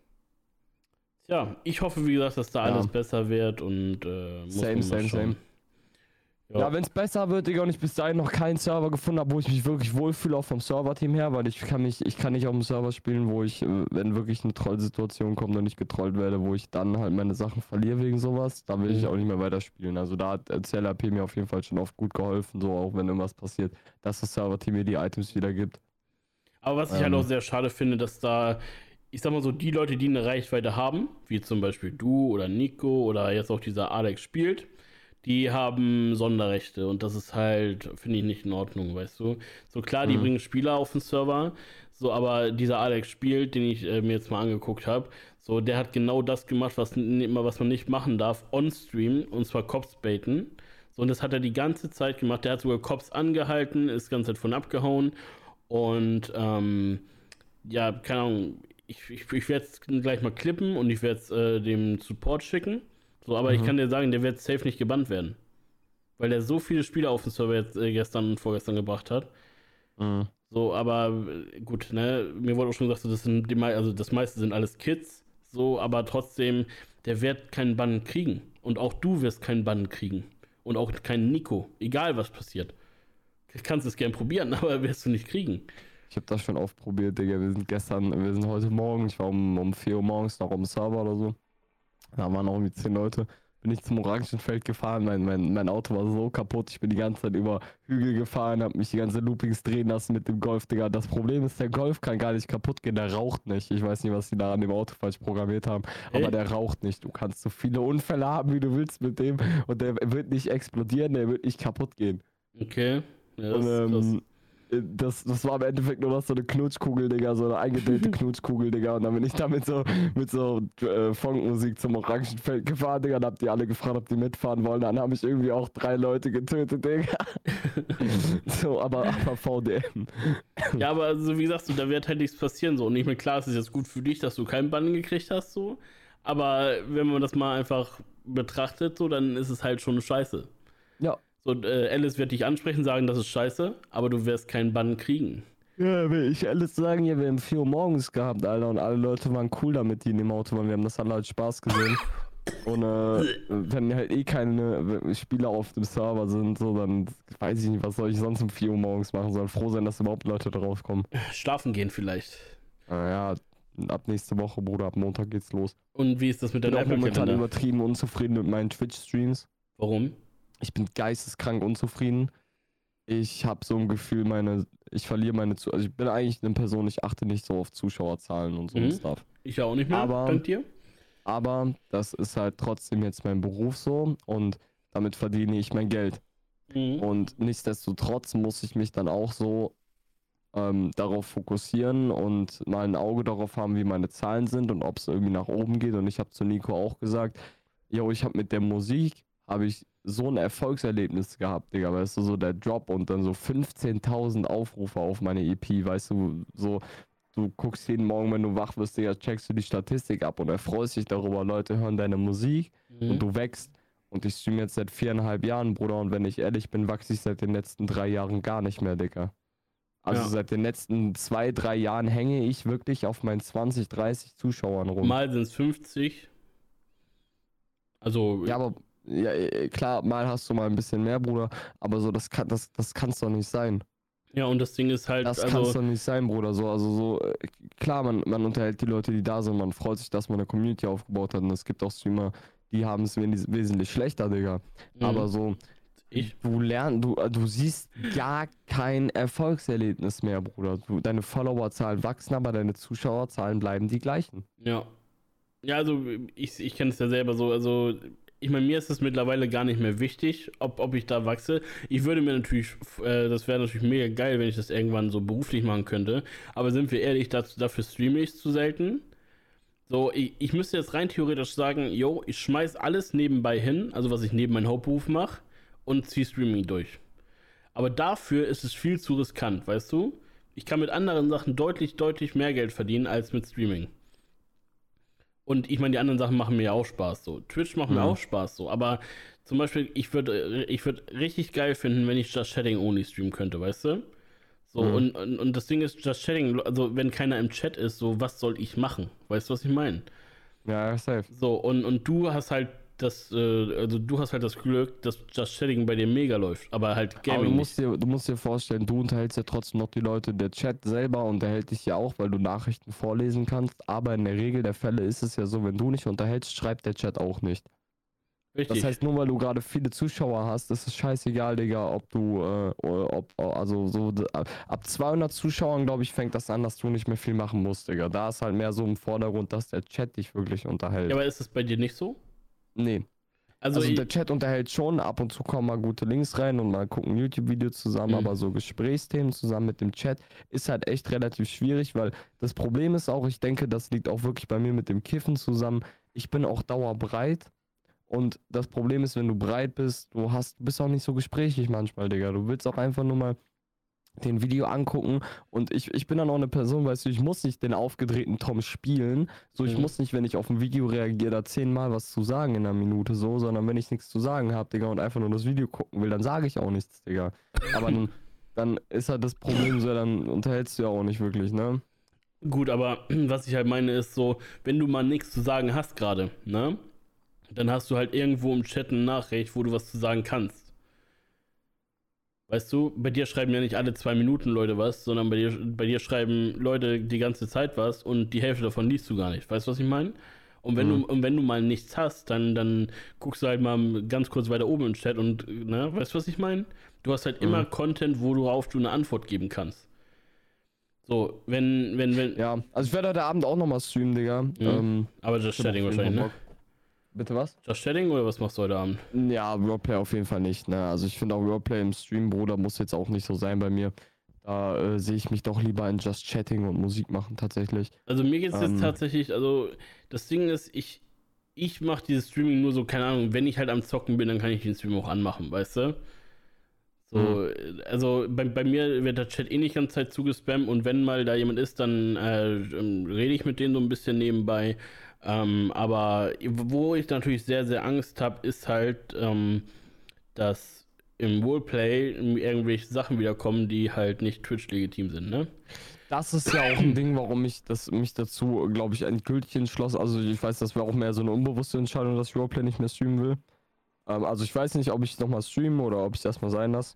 Tja, ich hoffe, wie gesagt, dass da Ja. alles besser wird und äh, muss Same, man mal same, schauen. same. Ja, wenn es besser wird, Digga, und ich bis dahin noch keinen Server gefunden habe, wo ich mich wirklich wohlfühle, auch vom Server-Team her, weil ich kann mich, ich kann nicht auf dem Server spielen, wo ich, äh, wenn wirklich eine Trollsituation kommt und ich getrollt werde, wo ich dann halt meine Sachen verliere wegen sowas, da will ich Mhm. auch nicht mehr weiterspielen. Also da hat äh, C L R P mir auf jeden Fall schon oft gut geholfen, so auch wenn irgendwas passiert, dass das Server-Team mir die Items wieder gibt. Aber was ich halt Ähm. auch sehr schade finde, dass da, ich sag mal so, die Leute, die eine Reichweite haben, wie zum Beispiel du oder Nico oder jetzt auch dieser Alex spielt, die haben Sonderrechte und das ist halt, finde ich, nicht in Ordnung, weißt du. So klar, die Mhm. bringen Spieler auf den Server, so, aber dieser Alex spielt, den ich äh, mir jetzt mal angeguckt habe, so, der hat genau das gemacht, was, n- was man nicht machen darf, on-stream, und zwar Cops baiten. So, und das hat er die ganze Zeit gemacht. Der hat sogar Cops angehalten, ist die ganze Zeit von abgehauen. Und ähm, ja, keine Ahnung, ich, ich, ich werde es gleich mal klippen und ich werde es äh, dem Support schicken. So, aber ich Mhm. kann dir sagen, der wird safe nicht gebannt werden. Weil der so viele Spieler auf den Server jetzt äh, gestern und vorgestern gebracht hat. Mhm. So, aber äh, gut, ne, mir wurde auch schon gesagt, so, das sind die mei- also das meiste sind alles Kids, so, aber trotzdem, der wird keinen Bann kriegen. Und auch du wirst keinen Bann kriegen. Und auch keinen Nico, egal was passiert. Du kannst es gern probieren, aber wirst du nicht kriegen. Ich habe das schon oft probiert, Digga. Wir sind gestern, wir sind heute Morgen, ich war um, um vier Uhr morgens noch am Server oder so. Da waren auch irgendwie zehn Leute. bin ich zum Orangenfeld gefahren, mein, mein, mein Auto war so kaputt, ich bin die ganze Zeit über Hügel gefahren, hab mich die ganze Loopings drehen lassen mit dem Golf, Digga. Das Problem ist, der Golf kann gar nicht kaputt gehen, der raucht nicht. Ich weiß nicht, was die da an dem Auto falsch programmiert haben, aber Ey. der raucht nicht. Du kannst so viele Unfälle haben, wie du willst mit dem und der wird nicht explodieren, der wird nicht kaputt gehen. Okay. Ja, das Und, ist krass. ähm, das, das war im Endeffekt nur noch so eine Knutschkugel, Digga, so eine eingedellte Knutschkugel, Digga. Und dann bin ich da mit so, mit so äh, Funkmusik zum Orangenfeld gefahren, Digga. Dann habt ihr alle gefragt, ob die mitfahren wollen. Dann habe ich irgendwie auch drei Leute getötet, Digga. So, aber, aber V D M. Ja, aber also, wie sagst du, da wird halt nichts passieren so. Und ich meine, klar, es ist jetzt gut für dich, dass du keinen Bann gekriegt hast, so. Aber wenn man das mal einfach betrachtet, so, dann ist es halt schon scheiße. Ja. So, äh, Alice wird dich ansprechen, sagen, das ist scheiße, aber du wirst keinen Bann kriegen. Ja, will ich alles sagen, ja, wir haben vier Uhr morgens gehabt, Alter, und alle Leute waren cool damit, die in dem Auto waren. Wir haben das alle als Spaß gesehen. Und äh, wenn halt eh keine Spieler auf dem Server sind, so, dann weiß ich nicht, was soll ich sonst um vier Uhr morgens machen. Soll froh sein, dass überhaupt Leute drauf kommen. Schlafen gehen vielleicht. Naja, ab nächste Woche, Bruder, ab Montag geht's los. Und wie ist das mit Ich bin deinem auch momentan Apple-Kalender? übertrieben unzufrieden mit meinen Twitch-Streams. Warum? Ich bin geisteskrank unzufrieden. Ich habe so ein Gefühl, meine, ich verliere meine, Zu also ich bin eigentlich eine Person, ich achte nicht so auf Zuschauerzahlen und so Mhm. ein Stuff. Ich ja auch nicht mehr, Aber- dank dir. Aber das ist halt trotzdem jetzt mein Beruf so und damit verdiene ich mein Geld. Mhm. Und nichtsdestotrotz muss ich mich dann auch so ähm, darauf fokussieren und mal ein Auge darauf haben, wie meine Zahlen sind und ob es irgendwie nach oben geht. Und ich habe zu Nico auch gesagt, yo, ich habe mit der Musik, habe ich so ein Erfolgserlebnis gehabt, Digga, weißt du, so der Drop und dann so fünfzehntausend Aufrufe auf meine E P, weißt du, so, du guckst jeden Morgen, wenn du wach wirst, Digga, checkst du die Statistik ab und erfreust dich darüber, Leute hören deine Musik Mhm. und du wächst. Und ich streame jetzt seit viereinhalb Jahren, Bruder, und wenn ich ehrlich bin, wachse ich seit den letzten drei Jahren gar nicht mehr, Digga. Also Ja. seit den letzten zwei, drei Jahren hänge ich wirklich auf meinen zwanzig, dreißig Zuschauern rum. Mal sind es fünfzig. Also, Ja, aber ja, äh, klar, mal hast du mal ein bisschen mehr, Bruder, aber so, das kann, das, das kann's doch nicht sein. ja, und das Ding ist halt, Das kann's also, doch nicht sein, Bruder. So, also so, äh, klar, man, man unterhält die Leute, die da sind, man freut sich, dass man eine Community aufgebaut hat. Und es gibt auch Streamer, die haben es wes- wesentlich schlechter, Digga. mh, Aber so, ich, du lernst, du, äh, du siehst gar kein Erfolgserlebnis mehr, Bruder. Du, deine Followerzahlen wachsen, aber deine Zuschauerzahlen bleiben die gleichen. ja. Ja, also, ich, ich kenne es ja selber so, also, ich meine, mir ist es mittlerweile gar nicht mehr wichtig, ob, ob ich da wachse. Ich würde mir natürlich, äh, das wäre natürlich mega geil, wenn ich das irgendwann so beruflich machen könnte. Aber sind wir ehrlich, das, dafür streame ich zu selten. So, ich, ich müsste jetzt rein theoretisch sagen, yo, ich schmeiß alles nebenbei hin, also was ich neben meinem Hauptberuf mache, und ziehe Streaming durch. Aber dafür ist es viel zu riskant, weißt du? Ich kann mit anderen Sachen deutlich, deutlich mehr Geld verdienen als mit Streaming. Und ich meine, die anderen Sachen machen mir ja auch Spaß so. Twitch macht mir Mhm. auch Spaß so. Aber zum Beispiel, ich würde ich würd richtig geil finden, wenn ich Just Chatting Only streamen könnte, weißt du? So, Mhm. und, und, und das Ding ist, Just Chatting, also wenn keiner im Chat ist, so, was soll ich machen? Weißt du, was ich meine? Ja, safe. So, und, und du hast halt das, äh, also du hast halt das Glück, dass Just Chatting bei dir mega läuft, aber halt Aber Gaming du nicht. musst, dir, du musst dir vorstellen, du unterhältst ja trotzdem noch die Leute. Der Chat selber unterhält dich ja auch, weil du Nachrichten vorlesen kannst. Aber in der Regel der Fälle ist es ja so, wenn du nicht unterhältst, schreibt der Chat auch nicht. Richtig. Das heißt, nur weil du gerade viele Zuschauer hast, ist es scheißegal, Digga, ob du, äh, ob, also so, d- ab zweihundert Zuschauern, glaube ich, fängt das an, dass du nicht mehr viel machen musst, Digga. Da ist halt mehr so im Vordergrund, dass der Chat dich wirklich unterhält. ja, aber ist es bei dir nicht so? Nee. Also, Also ich, der Chat unterhält schon, ab und zu kommen mal gute Links rein und mal gucken YouTube-Video zusammen, Mhm. aber so Gesprächsthemen zusammen mit dem Chat ist halt echt relativ schwierig, weil das Problem ist auch, ich denke, das liegt auch wirklich bei mir mit dem Kiffen zusammen. Ich bin auch dauerbreit und das Problem ist, wenn du breit bist, du hast, bist auch nicht so gesprächig manchmal, Digga. Du willst auch einfach nur mal den Video angucken und ich, ich bin dann auch eine Person, weißt du, ich muss nicht den aufgedrehten Tom spielen, so ich Mhm. muss nicht, wenn ich auf ein Video reagiere, da zehnmal was zu sagen in einer Minute so, sondern wenn ich nichts zu sagen habe, Digga, und einfach nur das Video gucken will, dann sage ich auch nichts, Digga. Aber dann, dann ist halt das Problem so, dann unterhältst du ja auch nicht wirklich, ne? gut, aber was ich halt meine ist so, wenn du mal nichts zu sagen hast gerade, ne? Dann hast du halt irgendwo im Chat eine Nachricht, wo du was zu sagen kannst. Weißt du, bei dir schreiben ja nicht alle zwei Minuten Leute was, sondern bei dir, bei dir schreiben Leute die ganze Zeit was und die Hälfte davon liest du gar nicht. Weißt du, was ich meine? Und wenn Mhm. du und wenn du mal nichts hast, dann, dann guckst du halt mal ganz kurz weiter oben im Chat und, ne, weißt du, was ich meine? Du hast halt immer Mhm. Content, worauf du eine Antwort geben kannst. So, wenn, wenn, wenn. Ja, also ich werde heute Abend auch nochmal streamen, Digga. Ähm, Aber Just ich hab Chatting auf jeden wahrscheinlich, Fall ne? Bock. Bitte was? Just Chatting oder was machst du heute Abend? Ja, Roleplay auf jeden Fall nicht, ne? Also ich finde auch Roleplay im Stream, Bruder, muss jetzt auch nicht so sein bei mir. Da äh, sehe ich mich doch lieber in Just Chatting und Musik machen tatsächlich. Also mir geht es Ähm. jetzt tatsächlich, also das Ding ist, ich, ich mache dieses Streaming nur so, keine Ahnung, wenn ich halt am Zocken bin, dann kann ich den Stream auch anmachen, weißt du? So, Mhm. also bei, bei mir wird der Chat eh nicht die ganze Zeit zugespammt und wenn mal da jemand ist, dann äh, ähm, rede ich mit denen so ein bisschen nebenbei. Ähm, aber wo ich natürlich sehr, sehr Angst habe, ist halt, ähm, dass im Roleplay irgendwelche Sachen wiederkommen, die halt nicht Twitch-legitim sind, ne? Das ist ja auch ein Ding, warum ich das, mich dazu, glaube ich, endgültig entschlossen. Also ich weiß, das wäre auch mehr so eine unbewusste Entscheidung, dass ich Roleplay nicht mehr streamen will. Ähm, also ich weiß nicht, ob ich nochmal streame oder ob ich das mal sein lasse.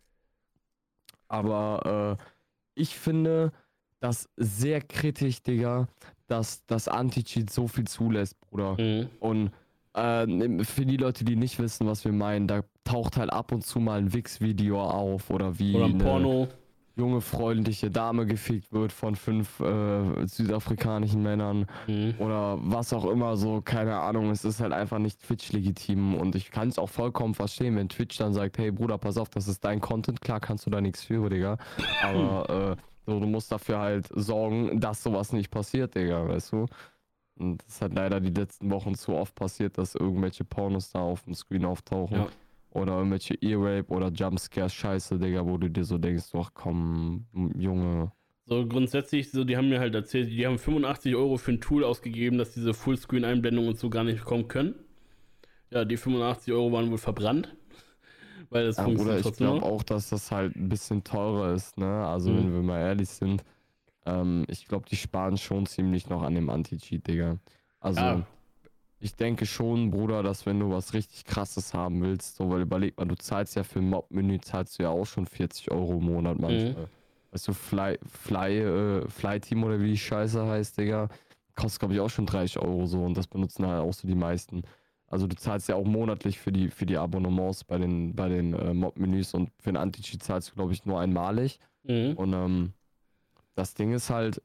Aber äh, ich finde das sehr kritisch, Digga, dass das Anti-Cheat so viel zulässt, Bruder. Mhm. Und äh, für die Leute, die nicht wissen, was wir meinen, da taucht halt ab und zu mal ein Wix-Video auf oder wie Oder ein eine Porno. junge, freundliche Dame gefickt wird von fünf äh, südafrikanischen Männern Mhm. oder was auch immer, so, keine Ahnung, es ist halt einfach nicht Twitch-legitim und ich kann es auch vollkommen verstehen, wenn Twitch dann sagt, hey Bruder, pass auf, das ist dein Content, klar kannst du da nichts für, Digga, aber äh, so, du musst dafür halt sorgen, dass sowas nicht passiert, Digga, weißt du? Und das hat leider die letzten Wochen zu oft passiert, dass irgendwelche Pornos da auf dem Screen auftauchen. Ja. Oder irgendwelche Ear-Rape oder Jumpscare-Scheiße, Digga, wo du dir so denkst, ach komm, Junge. So grundsätzlich, so, die haben mir halt erzählt, die haben fünfundachtzig Euro für ein Tool ausgegeben, dass diese Fullscreen-Einblendungen und so gar nicht kommen können. Ja, die fünfundachtzig Euro waren wohl verbrannt. Weil das Ja, funktioniert oder ich trotzdem glaube noch. auch, dass das halt ein bisschen teurer ist, ne? Also, Mhm. wenn wir mal ehrlich sind, ähm, ich glaube, die sparen schon ziemlich noch an dem Anti-Cheat, Digga. Also, Ja. ich denke schon, Bruder, dass wenn du was richtig Krasses haben willst, so, weil überleg mal, du zahlst ja für ein Mob-Menü, zahlst du ja auch schon vierzig Euro im Monat manchmal. Mhm. Weißt du, Fly, Fly, äh, Fly Team oder wie die Scheiße heißt, Digga, kostet, glaube ich, auch schon dreißig Euro so und das benutzen halt auch so die meisten. Also du zahlst ja auch monatlich für die, für die Abonnements bei den, bei den äh, Mob-Menüs und für den Anti-Cheat zahlst du, glaube ich, nur einmalig. Mhm. Und ähm, das Ding ist halt,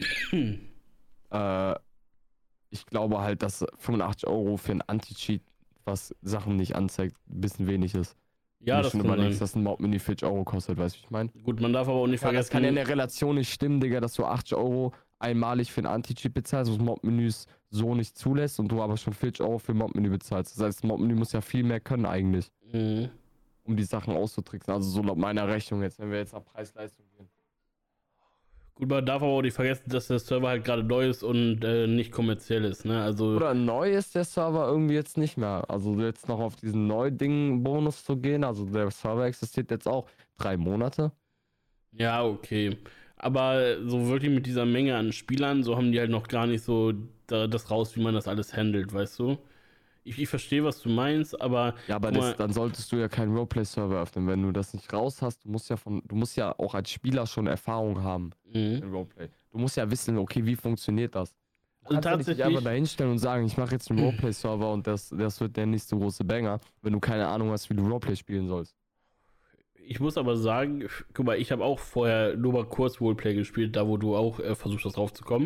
äh, ich glaube halt, dass fünfundachtzig Euro für einen Anti-Cheat, was Sachen nicht anzeigt, ein bisschen wenig ist. Ja, Wenn du das schon kann überlegst, sein. dass ein Mob-Menü vierzig Euro kostet, weißt du, wie ich meine? Gut, man darf aber auch nicht Ja, das vergessen. kann ja in der Relation nicht stimmen, Digga, dass du achtzig Euro einmalig für ein Anti-Cheat bezahlst, was Mob-Menüs so nicht zulässt und du aber schon vierzig Euro für ein Mob-Menü bezahlst. Das heißt, das Mob-Menü muss ja viel mehr können eigentlich, Mhm. um die Sachen auszutricksen. Also so laut meiner Rechnung jetzt, wenn wir jetzt nach Preis-Leistung gehen. Gut, man darf aber auch nicht vergessen, dass der Server halt gerade neu ist und äh, nicht kommerziell ist, ne? Also. Oder neu ist der Server irgendwie jetzt nicht mehr. Also jetzt noch auf diesen Neu-Ding-Bonus zu gehen, also der Server existiert jetzt auch drei Monate. Ja, okay. Aber so wirklich mit dieser Menge an Spielern, so haben die halt noch gar nicht so da, das raus, wie man das alles handelt, weißt du? Ich, ich verstehe, was du meinst, aber Ja, aber guck das, mal, dann solltest du ja keinen Roleplay-Server öffnen, wenn du das nicht raus hast. Du musst ja von, du musst ja auch als Spieler schon Erfahrung haben mhm. in Roleplay. Du musst ja wissen, okay, wie funktioniert das? Du Also kannst ja nicht dich einfach tatsächlich, da hinstellen und sagen, ich mache jetzt einen Roleplay-Server und das, das wird der nächste große Banger, wenn du keine Ahnung hast, wie du Roleplay spielen sollst. ich muss aber sagen, guck mal, ich habe auch vorher nur mal kurz Roleplay gespielt, da wo du auch äh, versucht hast drauf zu kommen.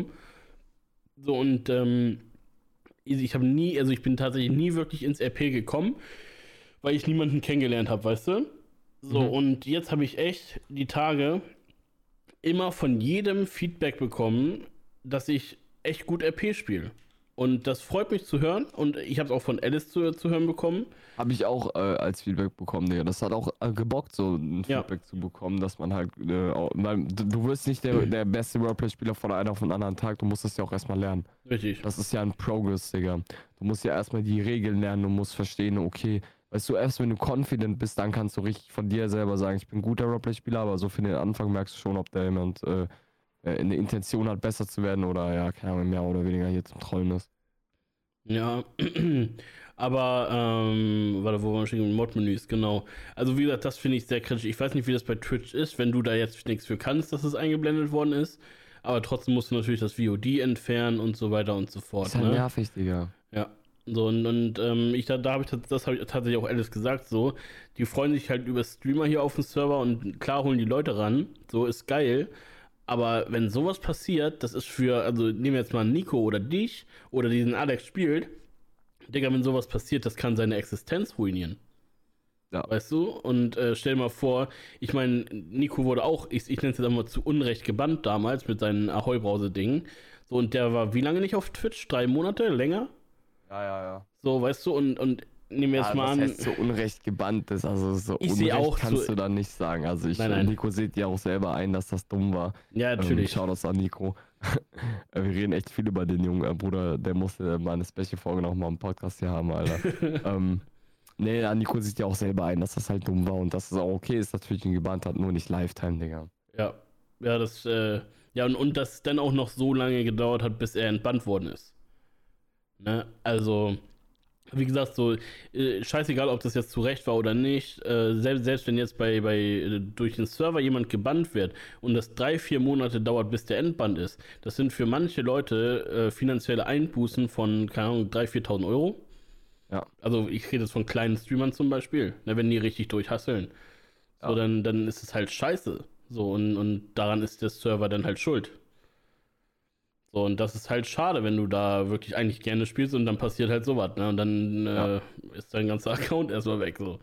So und ähm, ich habe nie, also ich bin tatsächlich nie wirklich ins R P gekommen, weil ich niemanden kennengelernt habe, weißt du? So, Mhm. und jetzt habe ich echt die Tage immer von jedem Feedback bekommen, dass ich echt gut R P spiele. Und das freut mich zu hören. Und ich habe es auch von Alice zu, zu hören bekommen. Habe ich auch äh, als Feedback bekommen, Digga. Das hat auch äh, gebockt, so ein Ja. Feedback zu bekommen, dass man halt, äh, auch, weil du, du wirst nicht der, der beste Roleplay-Spieler von einem auf den anderen Tag, du musst das ja auch erstmal lernen. Richtig. Das ist ja ein Progress, Digga. Du musst ja erstmal die Regeln lernen, du musst verstehen, okay, weißt du, erst wenn du confident bist, dann kannst du richtig von dir selber sagen, ich bin ein guter Roleplay-Spieler, aber so für den Anfang merkst du schon, ob da jemand äh, eine Intention hat, besser zu werden oder ja, keine Ahnung, mehr oder weniger hier zum Trollen ist. Ja. Aber, ähm, warte, wo waren wir stehen? Mod-Menüs, genau. Also, wie gesagt, das finde ich sehr kritisch. Ich weiß nicht, wie das bei Twitch ist, wenn du da jetzt nichts für kannst, dass es eingeblendet worden ist. Aber trotzdem musst du natürlich das V O D entfernen und so weiter und so fort. Ist halt Ne? nervig, Digga. Ja. So, und, und ähm, ich da, da habe ich das, das habe ich tatsächlich auch alles gesagt, so, die freuen sich halt über Streamer hier auf dem Server und klar holen die Leute ran, so ist geil. Aber wenn sowas passiert, das ist für, also nehmen wir jetzt mal Nico oder dich oder diesen Alex spielt, Digga, wenn sowas passiert, das kann seine Existenz ruinieren. Ja. Weißt du? Und äh, stell dir mal vor, ich meine, Nico wurde auch, ich, ich nenne es jetzt einmal zu Unrecht gebannt damals mit seinen Ahoi-Brause-Dingen. So, und der war wie lange nicht auf Twitch? Drei Monate? Länger? Ja, ja, ja. So, weißt du, und, und nehmen wir jetzt Ja, mal was an. heißt so Unrecht gebannt ist, also so Ich seh Unrecht auch kannst so- du da nicht sagen. Also ich, Nein, nein. Nico sieht ja auch selber ein, dass das dumm war. Ja, Ähm, natürlich. schau das an Nico. Wir reden echt viel über den Jungen, äh, Bruder, der musste mal eine Special-Folge noch mal im Podcast hier haben, Alter. ähm, nee, ja, Nico sieht ja auch selber ein, dass das halt dumm war und dass es auch okay ist, dass Twitch ihn gebannt hat, nur nicht Lifetime, Digga. Ja. Ja, das, äh, ja, und, und das dann auch noch so lange gedauert hat, bis er entbannt worden ist. Ne? Also, wie gesagt, so, äh, scheißegal, ob das jetzt zu Recht war oder nicht, äh, selbst, selbst wenn jetzt bei, bei äh, durch den Server jemand gebannt wird und das drei, vier Monate dauert, bis der entbannt ist, das sind für manche Leute äh, finanzielle Einbußen von, keine Ahnung, dreitausend, viertausend Euro. Ja. Also ich rede jetzt von kleinen Streamern zum Beispiel, ne, wenn die richtig durchhasseln. So, Ja. dann, dann ist es halt scheiße. So, und, und daran ist der Server dann halt schuld. So, und das ist halt schade, wenn du da wirklich eigentlich gerne spielst und dann passiert halt sowas, ne? Und dann äh, Ja. ist dein ganzer Account erstmal weg, so.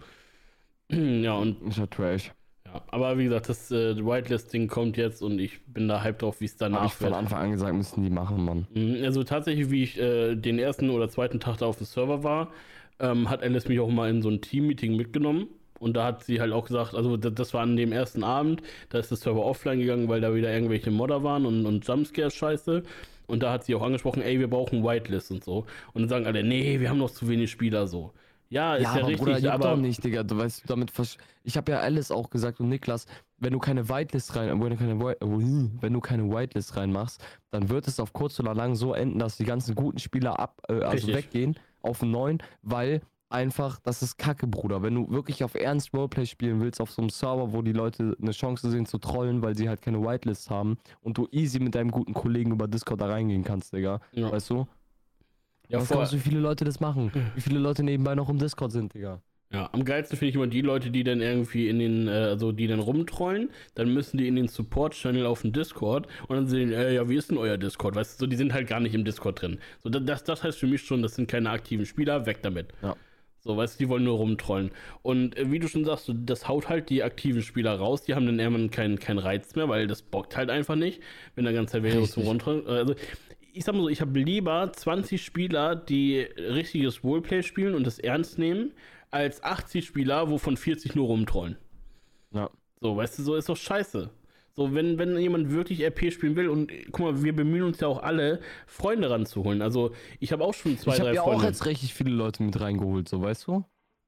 Ja, und Ist ja trash. ja, aber wie gesagt, das äh, Whitelist-Ding kommt jetzt und ich bin da hyped drauf, wie es Hab danach ich von wird. Anfang an gesagt, müssen die machen, Mann. Mhm, Also tatsächlich, wie ich äh, den ersten oder zweiten Tag da auf dem Server war, ähm, hat Alice mich auch mal in so ein Team-Meeting mitgenommen. Und da hat sie halt auch gesagt, also das, das war an dem ersten Abend, da ist der Server offline gegangen, weil da wieder irgendwelche Modder waren und, und Jumpscare-Scheiße. Und da hat sie auch angesprochen, ey, wir brauchen Whitelist und so. Und dann sagen alle, nee, wir haben noch zu wenig Spieler so. Ja, ist ja, Ja, aber richtig, Bruder, juckt aber doch nicht, Digga. Du weißt, damit versch- ich habe ja Alice auch gesagt und Niklas, wenn du keine Whitelist rein, wenn du keine, Whi- äh, wenn du keine Whitelist reinmachst, dann wird es auf kurz oder lang so enden, dass die ganzen guten Spieler ab, äh, also Richtig. weggehen auf einen neuen, weil einfach, das ist Kacke, Bruder. Wenn du wirklich auf Ernst Roleplay spielen willst, auf so einem Server, wo die Leute eine Chance sehen zu trollen, weil sie halt keine Whitelist haben und du easy mit deinem guten Kollegen über Discord da reingehen kannst, Digga. ja, Weißt du? ja, Was vor, glaubst du, wie viele Leute das machen? Wie viele Leute nebenbei noch im Discord sind, Digga? ja, am geilsten finde ich immer die Leute, die dann irgendwie in den, äh, also die dann rumtrollen, dann müssen die in den Support-Channel auf den Discord und dann sehen, äh, ja, wie ist denn euer Discord? Weißt du, so, die sind halt gar nicht im Discord drin. So, das, das, das heißt für mich schon, das sind keine aktiven Spieler, weg damit. Ja. So, weißt du, die wollen nur rumtrollen. Und äh, wie du schon sagst, so, das haut halt die aktiven Spieler raus, die haben dann irgendwann keinen keinen Reiz mehr, weil das bockt halt einfach nicht, wenn da ganz Zeit wäre zum Richtig. Rumtrollen. Also, ich sag mal so, ich habe lieber zwanzig Spieler, die richtiges Roleplay spielen und das ernst nehmen, als achtzig Spieler, wovon vierzig nur rumtrollen. Ja. So, weißt du, so ist doch scheiße. So, wenn, wenn jemand wirklich R P spielen will und guck mal, wir bemühen uns ja auch alle, Freunde ranzuholen. Also, ich habe auch schon zwei, Ich habe drei ja Freunde. auch jetzt richtig viele Leute mit reingeholt, so weißt du?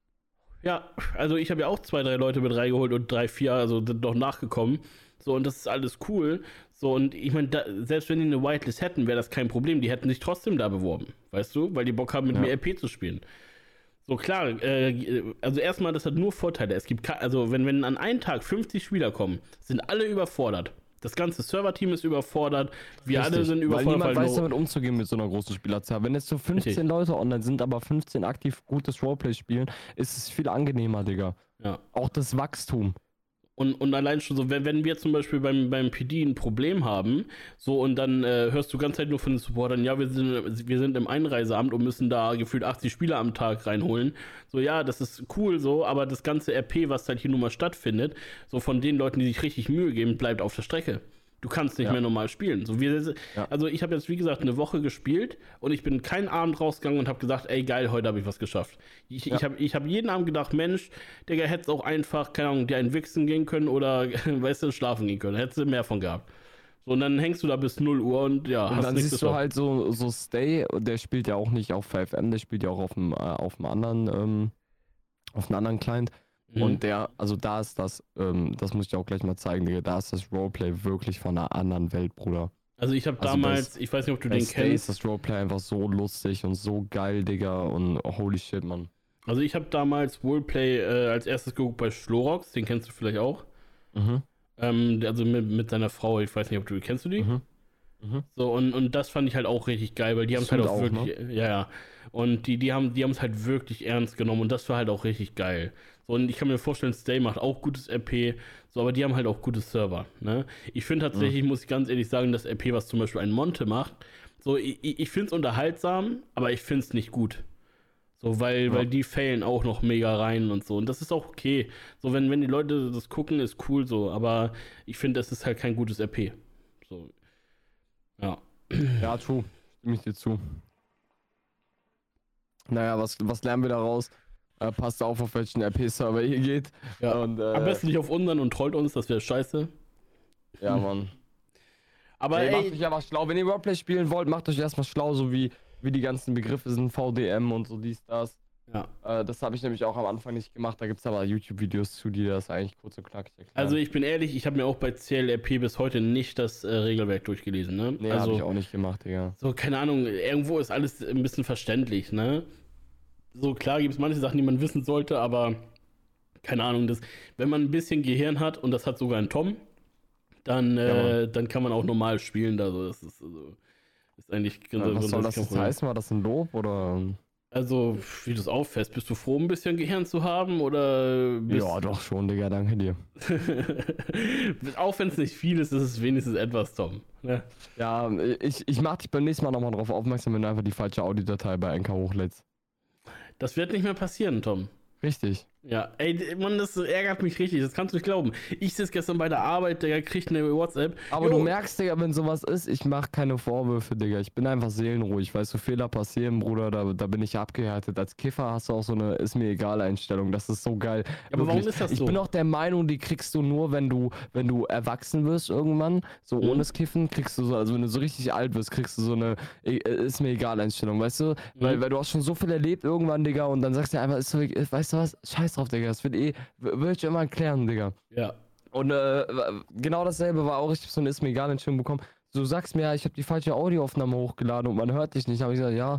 Ja, also ich habe ja auch zwei, drei Leute mit reingeholt und drei, vier, also sind noch nachgekommen. So, und das ist alles cool. So, und ich meine, selbst wenn die eine Whitelist hätten, wäre das kein Problem. Die hätten sich trotzdem da beworben, weißt du? Weil die Bock haben, mit Ja. mir R P zu spielen. So, klar, äh, also erstmal, das hat nur Vorteile. Es gibt, ke- also wenn, wenn an einem Tag fünfzig Spieler kommen, sind alle überfordert. Das ganze Server-Team ist überfordert. Wir alle Richtig, sind weil überfordert. niemand weil weiß nur- damit umzugehen mit so einer großen Spielerzahl. Wenn jetzt so fünfzehn Richtig. Leute online sind, aber fünfzehn aktiv gutes Roleplay spielen, ist es viel angenehmer, Digga. ja. Auch das Wachstum. Und, und allein schon so, wenn, wenn wir zum Beispiel beim, beim P D ein Problem haben, so und dann äh, hörst du ganz Zeit nur von den Supportern, ja, wir sind, wir sind im Einreiseamt und müssen da gefühlt achtzig Spieler am Tag reinholen. So, ja, das ist cool so, aber das ganze R P, was halt hier nun mal stattfindet, so von den Leuten, die sich richtig Mühe geben, bleibt auf der Strecke. Du kannst nicht Ja. mehr normal spielen. So, wir, Ja. Also ich habe jetzt, wie gesagt, eine Woche gespielt und ich bin keinen Abend rausgegangen und habe gesagt, ey geil, heute habe ich was geschafft. Ich, Ja. ich habe ich hab jeden Abend gedacht, Mensch, Digga, hättest auch einfach, keine Ahnung, dir einen Wichsen gehen können oder, weißt du, schlafen gehen können. Hättest du mehr von gehabt. So, und dann hängst du da bis null Uhr und ja, Und hast dann nichts siehst du geschafft. halt so, so Stay, der spielt ja auch nicht auf F M, der spielt ja auch auf dem, äh, auf dem anderen, ähm, auf einem anderen Client. Mhm. Und der, also da ist das, ähm, das muss ich dir auch gleich mal zeigen, Digga, da ist das Roleplay wirklich von einer anderen Welt, Bruder. Also ich habe also damals, das- ich weiß nicht, ob du Bei den Stay ist kennst. das Roleplay einfach so lustig und so geil, Digga, und holy shit, Mann. Also ich habe damals Roleplay äh, als erstes geguckt bei Schlorox, den kennst du vielleicht auch. Mhm. Ähm, also mit, mit seiner Frau, ich weiß nicht, ob du, kennst du die? Mhm. Mhm. So, und, und das fand ich halt auch richtig geil, weil die haben es halt Stimmt auch auch, wirklich, ja, ja. Und die, die haben die haben es halt wirklich ernst genommen und das war halt auch richtig geil. So, und ich kann mir vorstellen, Stay macht auch gutes R P, so, aber die haben halt auch gute Server, ne? Ich finde tatsächlich, muss ich ganz ehrlich sagen, das R P, was zum Beispiel ein Monte macht, so, ich, ich finde es unterhaltsam, aber ich finde es nicht gut. So, weil, Ja. weil die failen auch noch mega rein und so. Und das ist auch okay. So, wenn, wenn die Leute das gucken, ist cool so, aber ich finde, es ist halt kein gutes R P. So, ja. Ja, true. Stimme ich dir zu. Naja, was, was lernen wir daraus? Äh, passt auf, auf welchen R P-Server ihr geht. Ja. Und, äh, Am besten nicht auf unseren und trollt uns, das wäre scheiße. Ja, Mann. Aber Ey, ey, macht euch aber schlau. Wenn ihr Wordplay spielen wollt, macht euch erstmal schlau, so wie, wie die ganzen Begriffe sind, V D M und so dies, das. ja. Äh, das habe ich nämlich auch am Anfang nicht gemacht. Da gibt es aber YouTube-Videos zu, die das eigentlich kurz und knackig erklären. Also ich bin ehrlich, ich habe mir auch bei C L R P bis heute nicht das äh, Regelwerk durchgelesen, ne? Nee, also habe ich auch nicht gemacht, Digga. so, keine Ahnung, irgendwo ist alles ein bisschen verständlich, ne? So, klar gibt es manche Sachen, die man wissen sollte, aber keine Ahnung, das, wenn man ein bisschen Gehirn hat und das hat sogar ein Tom, dann, äh, Ja, dann kann man auch normal spielen, also das ist, also, ist eigentlich ganz Äh, was ganz- soll ganz das jetzt kein Problem. heißen? War das ein Lob oder? Also, wie du es auffährst, bist du froh, ein bisschen Gehirn zu haben oder bist Ja, doch schon, Digga, danke dir. auch wenn es nicht viel ist, ist es wenigstens etwas, Tom. Ne? Ja, ich, ich mach dich beim nächsten Mal nochmal drauf aufmerksam, wenn du einfach die falsche Audiodatei bei N K hochlädst. Das wird nicht mehr passieren, Tom. Richtig. Ja, ey, Mann, das ärgert mich richtig, das kannst du nicht glauben. Ich sitze gestern bei der Arbeit, der kriegt eine WhatsApp. Aber Jo, du merkst, Digga, wenn sowas ist, ich mach keine Vorwürfe, Digga. Ich bin einfach seelenruhig. Weißt du, Fehler passieren, Bruder, da, da bin ich abgehärtet. Als Kiffer hast du auch so eine ist mir egal Einstellung. Das ist so geil. aber warum Wirklich. ist das Ich so? bin auch der Meinung, die kriegst du nur, wenn du, wenn du erwachsen wirst irgendwann. So Mhm. ohne das Kiffen kriegst du so, also wenn du so richtig alt wirst, kriegst du so eine äh, ist mir egal Einstellung, weißt du? Weil, Mhm. weil du hast schon so viel erlebt irgendwann, Digga, und dann sagst du einfach, ist so, weißt du was? Scheiß drauf, Digga. Das wird eh, will ich immer klären, Digga. Ja. Und äh, genau dasselbe war auch, ich hab so eine ist mir egal Entscheidung bekommen. Du sagst mir, ja, ich habe die falsche Audioaufnahme hochgeladen und man hört dich nicht. Da habe ich gesagt, ja,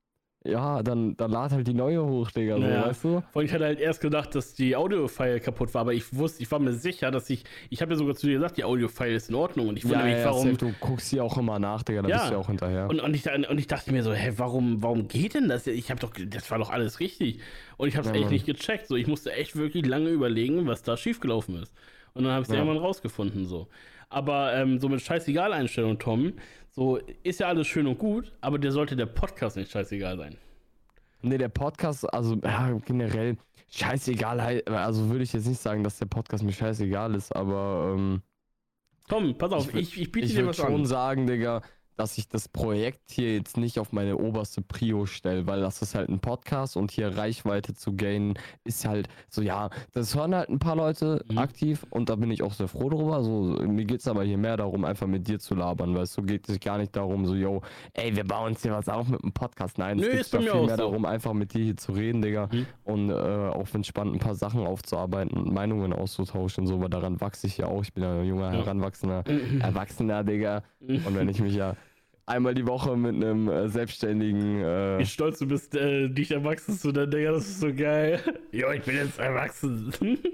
ja, dann, dann lad halt die neue hoch, Digga, so, Naja. weißt du? Vor allem, ich hatte halt erst gedacht, dass die Audio-File kaputt war, aber ich wusste, ich war mir sicher, dass ich, ich habe ja sogar zu dir gesagt, die Audio-File ist in Ordnung und ich wundere mich, warum. safe, du guckst hier auch immer nach, Digga, da Ja. bist du ja auch hinterher. Und, und, ich, und ich dachte mir so, hä, warum, warum geht denn das? Ich habe doch, das war doch alles richtig. Und ich habe es Ja, echt Mann. nicht gecheckt. So, ich musste echt wirklich lange überlegen, was da schiefgelaufen ist. Und dann habe ich es Ja. irgendwann rausgefunden. So. Aber ähm, so mit Scheißegal-Einstellung, Tom, so ist ja alles schön und gut, aber der sollte der Podcast nicht scheißegal sein. Nee, der Podcast, also ja, generell, scheißegal, halt, also würde ich jetzt nicht sagen, dass der Podcast mir scheißegal ist, aber ähm, Tom, pass auf, Ich würd- ich, ich biete ich dir würde was schon an. sagen, Digga, dass ich das Projekt hier jetzt nicht auf meine oberste Prio stelle, weil das ist halt ein Podcast und hier Reichweite zu gainen ist halt so, ja, das hören halt ein paar Leute Mhm. aktiv und da bin ich auch sehr froh drüber. So, mir geht es aber hier mehr darum, einfach mit dir zu labern, weil es so geht es gar nicht darum, so, yo, ey, wir bauen uns hier was auf mit einem Podcast. Nein, Nö, es geht ist bei da mir viel auch mehr so. darum, einfach mit dir hier zu reden, Digga. Mhm. Und äh, auch wenn spannend ein paar Sachen aufzuarbeiten und Meinungen auszutauschen, so, weil daran wachse ich ja auch. Ich bin ja ein junger, Ja. heranwachsender Mhm. Erwachsener, Digga. Und wenn ich mich ja einmal die Woche mit einem äh, selbstständigen, äh, Wie stolz du bist, äh, dich erwachsen zu nennen, Digga, das ist so geil. Jo, ich bin jetzt erwachsen.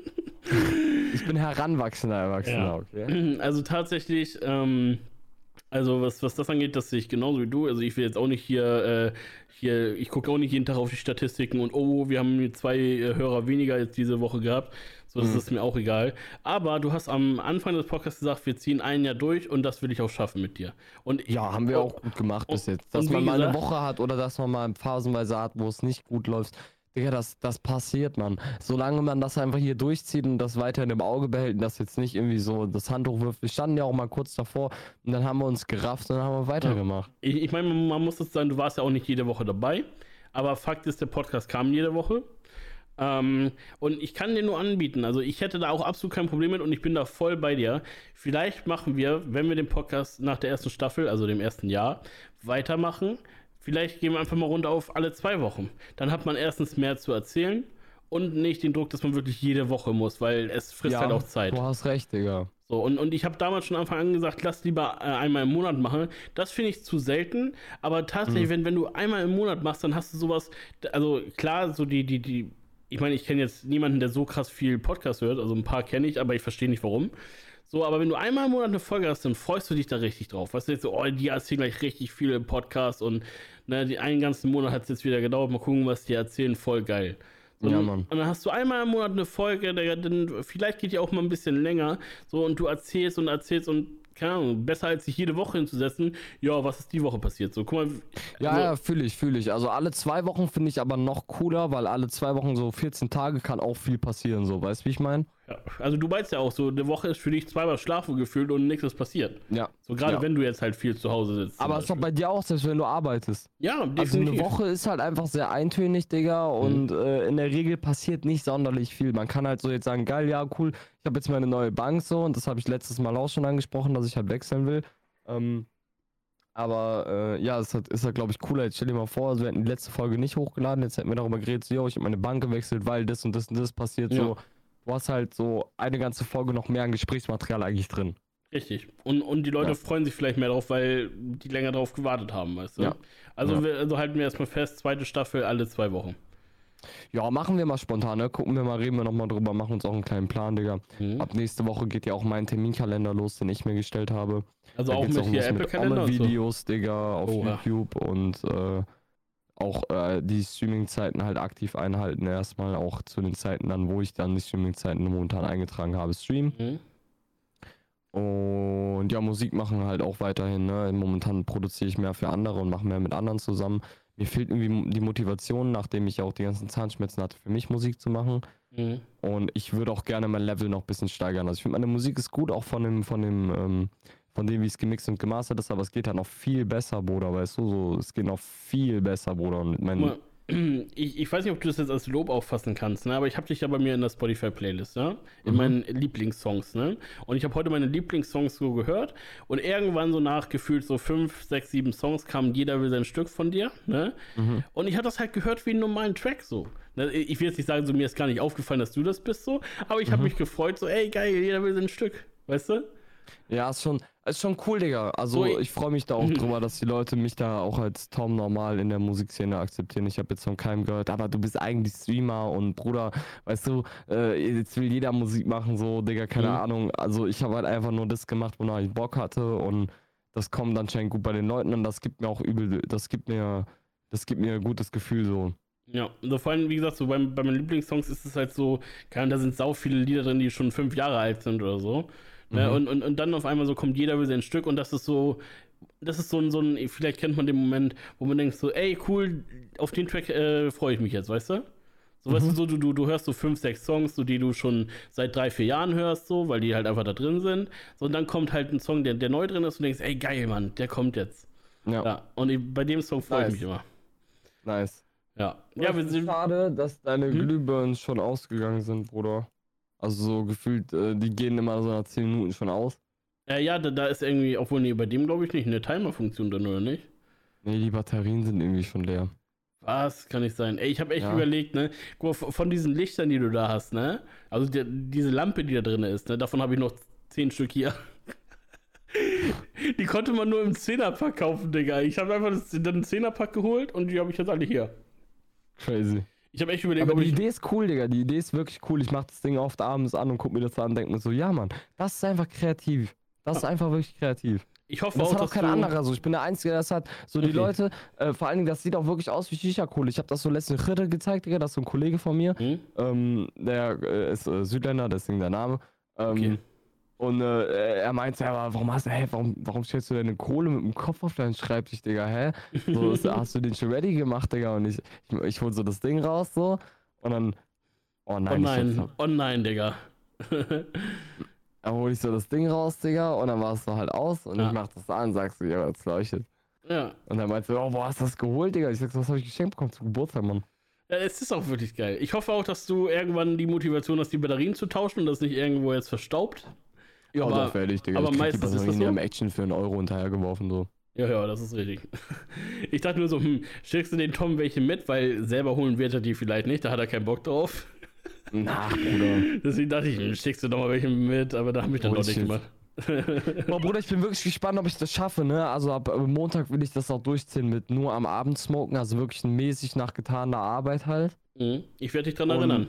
ich bin heranwachsender Erwachsener, Ja. okay? Also tatsächlich, ähm, also was, was das angeht, das sehe ich genauso wie du. Also ich will jetzt auch nicht hier, äh, hier, ich gucke auch nicht jeden Tag auf die Statistiken und oh, wir haben zwei äh, Hörer weniger jetzt diese Woche gehabt. So, das Mhm. ist mir auch egal. Aber du hast am Anfang des Podcasts gesagt, wir ziehen ein Jahr durch und das will ich auch schaffen mit dir. Und ich, Ja, haben wir auch gut gemacht bis und- jetzt. Dass und wie man mal eine gesagt- Woche hat oder dass man mal phasenweise hat, wo es nicht gut läuft. Digga, das, das passiert, man. Solange man das einfach hier durchzieht und das weiterhin im Auge behält und das jetzt nicht irgendwie so das Handtuch wirft. Wir standen ja auch mal kurz davor und dann haben wir uns gerafft und dann haben wir weitergemacht. Ich, ich meine, man muss es sagen, du warst ja auch nicht jede Woche dabei. Aber Fakt ist, der Podcast kam jede Woche. Ähm, und ich kann dir nur anbieten, also ich hätte da auch absolut kein Problem mit und ich bin da voll bei dir. Vielleicht machen wir, wenn wir den Podcast nach der ersten Staffel, also dem ersten Jahr, weitermachen, vielleicht gehen wir einfach mal runter auf alle zwei Wochen. Dann hat man erstens mehr zu erzählen und nicht den Druck, dass man wirklich jede Woche muss, weil es frisst halt auch Zeit. Du hast recht, Digga. So, und, und ich habe damals schon Anfang an gesagt, lass lieber äh, einmal im Monat machen. Das finde ich zu selten, aber tatsächlich, Mhm. wenn, wenn du einmal im Monat machst, dann hast du sowas, also klar, so die, die, die ich meine, ich kenne jetzt niemanden, der so krass viel Podcast hört, also ein paar kenne ich, aber ich verstehe nicht warum. So, aber wenn du einmal im Monat eine Folge hast, dann freust du dich da richtig drauf. Weißt du, jetzt so, oh, die erzählen gleich richtig viele Podcasts und ne, die einen ganzen Monat hat es jetzt wieder gedauert, mal gucken, was die erzählen, voll geil. So, Ja, und, Mann. und dann hast du einmal im Monat eine Folge, der, dann vielleicht geht die auch mal ein bisschen länger, so, und du erzählst und erzählst und keine Ahnung, besser als sich jede Woche hinzusetzen, ja, was ist die Woche passiert? So, guck mal. Ja, so, ja, fühle ich, fühle ich. Also alle zwei Wochen finde ich aber noch cooler, weil alle zwei Wochen so vierzehn Tage kann auch viel passieren, so, weißt du, wie ich meine? ja. Also du meinst ja auch so, eine Woche ist für dich zweimal schlafen gefühlt und nichts ist passiert. Ja. So gerade Ja. wenn du jetzt halt viel zu Hause sitzt. Aber zum es ist doch Beispiel. bei dir auch, selbst wenn du arbeitest. Ja, Also definitiv. eine Woche ist halt einfach sehr eintönig, Digga, und äh, in der Regel passiert nicht sonderlich viel. Man kann halt so jetzt sagen, geil, ja, cool, ich habe jetzt meine neue Bank so, und das habe ich letztes Mal auch schon angesprochen, dass ich halt wechseln will. Ähm, aber äh, ja, es hat, ist halt, glaube ich, cooler. Jetzt stell dir mal vor, also wir hätten die letzte Folge nicht hochgeladen, jetzt hätten wir darüber geredet, so, yo, ich habe meine Bank gewechselt, weil das und das und das passiert, Ja. so. Du hast halt so eine ganze Folge noch mehr an Gesprächsmaterial eigentlich drin. Richtig. Und, und die Leute Ja. freuen sich vielleicht mehr drauf, weil die länger drauf gewartet haben, weißt du? Ja. Also, Ja. Wir, also halten wir erstmal fest, zweite Staffel alle zwei Wochen. Ja, machen wir mal spontan, ne? Gucken wir mal, reden wir nochmal drüber, machen uns auch einen kleinen Plan, Digga. Mhm. Ab nächste Woche geht ja auch mein Terminkalender los, den ich mir gestellt habe. Also Da auch geht's mit hier los Apple-Kalender und so. Videos, Digga, auf Oha. YouTube und äh, auch äh, die Streaming-Zeiten halt aktiv einhalten. Erstmal auch zu den Zeiten dann, wo ich dann die Streaming-Zeiten momentan eingetragen habe, streamen. Mhm. Und ja, Musik machen halt auch weiterhin. Ne? Momentan produziere ich mehr für andere und mache mehr mit anderen zusammen. Mir fehlt irgendwie die Motivation, nachdem ich auch die ganzen Zahnschmerzen hatte, für mich Musik zu machen. Mhm. Und ich würde auch gerne mein Level noch ein bisschen steigern. Also ich finde, meine Musik ist gut, auch von dem, von dem, ähm, von dem, wie es gemixt und gemastert ist, aber es geht halt noch viel besser, Bruder, weißt du? So, es geht noch viel besser, Bruder. Und mein, Guck mal, Ich, ich weiß nicht, ob du das jetzt als Lob auffassen kannst, ne? Aber ich habe dich ja bei mir in der Spotify-Playlist, ne? In Mhm. meinen Lieblingssongs, ne? Und ich habe heute meine Lieblingssongs so gehört und irgendwann so nach gefühlt so fünf, sechs, sieben Songs kam Jeder will sein Stück von dir, ne? Mhm. Und ich habe das halt gehört wie einen normalen Track so. Ne? Ich will jetzt nicht sagen, so mir ist gar nicht aufgefallen, dass du das bist so, aber ich habe Mhm. mich gefreut, so ey geil, Jeder will sein Stück, weißt du? Ja, ist schon, ist schon cool, Digga. Also So, ich- ich freue mich da auch drüber, dass die Leute mich da auch als Tom normal in der Musikszene akzeptieren. Ich habe jetzt von keinem gehört, aber du bist eigentlich Streamer und Bruder, weißt du, äh, jetzt will jeder Musik machen, so, Digga, keine Mhm. Ahnung. Also ich habe halt einfach nur das gemacht, wonach ich Bock hatte, und das kommt anscheinend gut bei den Leuten, und das gibt mir auch übel, das gibt mir, das gibt mir ein gutes Gefühl so. Ja, also vor allem, wie gesagt, so beim, bei meinen Lieblingssongs ist es halt so, keine Ahnung, da sind sau viele Lieder drin, die schon fünf Jahre alt sind oder so. Ne? Mhm. Und, und, und dann auf einmal so kommt Jeder will sein Stück und das ist so, das ist so ein, so ein, vielleicht kennt man den Moment, wo man denkt so, ey, cool, auf den Track äh, freue ich mich jetzt, weißt du? So, weißt du, Mhm. so, du, du, du hörst so fünf, sechs Songs, so, die du schon seit drei, vier Jahren hörst, so, weil die halt einfach da drin sind. So, und dann kommt halt ein Song, der, der neu drin ist und du denkst, ey, geil, Mann, der kommt jetzt. Ja, Ja, und ich, bei dem Song freue Nice. ich mich immer. nice. Ja, Ja, ja, wir es ist sind. schade, dass deine Hm? Glühbirnen schon ausgegangen sind, Bruder. Also so gefühlt, äh, die gehen immer so nach zehn Minuten schon aus. Äh, ja, da, da ist irgendwie, obwohl, nee, bei dem glaube ich nicht, eine Timer-Funktion drin, oder nicht? Nee, die Batterien sind irgendwie schon leer. Was kann nicht sein? Ey, ich habe echt Ja. überlegt, ne? Guck mal, von diesen Lichtern, die du da hast, ne? Also der, diese Lampe, die da drin ist, ne? Davon habe ich noch zehn Stück hier. Die konnte man nur im Zehnerpack kaufen, Digga. Ich habe einfach das, dann einen Zehnerpack geholt und die habe ich jetzt alle hier. Crazy. Ich habe echt überlegt, Aber ob die ich. Idee ist cool, Digga. Die Idee ist wirklich cool. Ich mach das Ding oft abends an und guck mir das an und denk mir so, ja, Mann, das ist einfach kreativ. Das ist einfach wirklich kreativ. Ich hoffe Und das auch, hat auch dass kein du, anderer so. Ich bin der Einzige, der das hat. So die Okay. Leute, äh, vor allen Dingen, das sieht auch wirklich aus wie Shisha-Kohle. Ich habe das so letztens Ritter gezeigt, Digga. Das ist so ein Kollege von mir. Hm? Ähm, der äh, ist äh, Südländer, deswegen der Name. Ähm, Okay. Und äh, er meinte, ja, aber warum hast du, hä, warum, warum stellst du deine Kohle mit dem Kopf auf deinen Schreibtisch, Digga, hä? So, ist, hast du den schon ready gemacht, Digga? Und ich, ich, ich hol so das Ding raus, so, und dann, oh nein, Oh ich nein, jetzt, oh nein, Digga. dann hol ich so das Ding raus, Digga, und dann war es so halt aus, und Ja. ich mach das an, sagst du, ja, jetzt leuchtet. Ja. Und dann meinte er, oh, wo hast du das geholt, Digga? Ich sag so, was habe ich geschenkt bekommen zum Geburtstag, Mann? Ja, es ist auch wirklich geil. Ich hoffe auch, dass du irgendwann die Motivation hast, die Batterien zu tauschen und das nicht irgendwo jetzt verstaubt. Ja, Aber- doch, fertig, Digga. aber ich krieg meistens die ist das Batterien so? ja im Action für einen Euro hinterhergeworfen, so. Ja, ja, das ist richtig. Ich dachte nur so, hm, schickst du den Tom welche mit, weil selber holen wird er die vielleicht nicht, da hat er keinen Bock drauf. Na, Bruder. Deswegen dachte ich, hm, schickst du doch mal welche mit, aber da habe ich dann Oh, doch nicht shit. gemacht. Boah, Bruder, ich bin wirklich gespannt, ob ich das schaffe, ne? Also ab äh, Montag will ich das auch durchziehen mit nur am Abend smoken, also wirklich mäßig nach getaner Arbeit halt. Mhm. Ich werde dich dran Und- erinnern.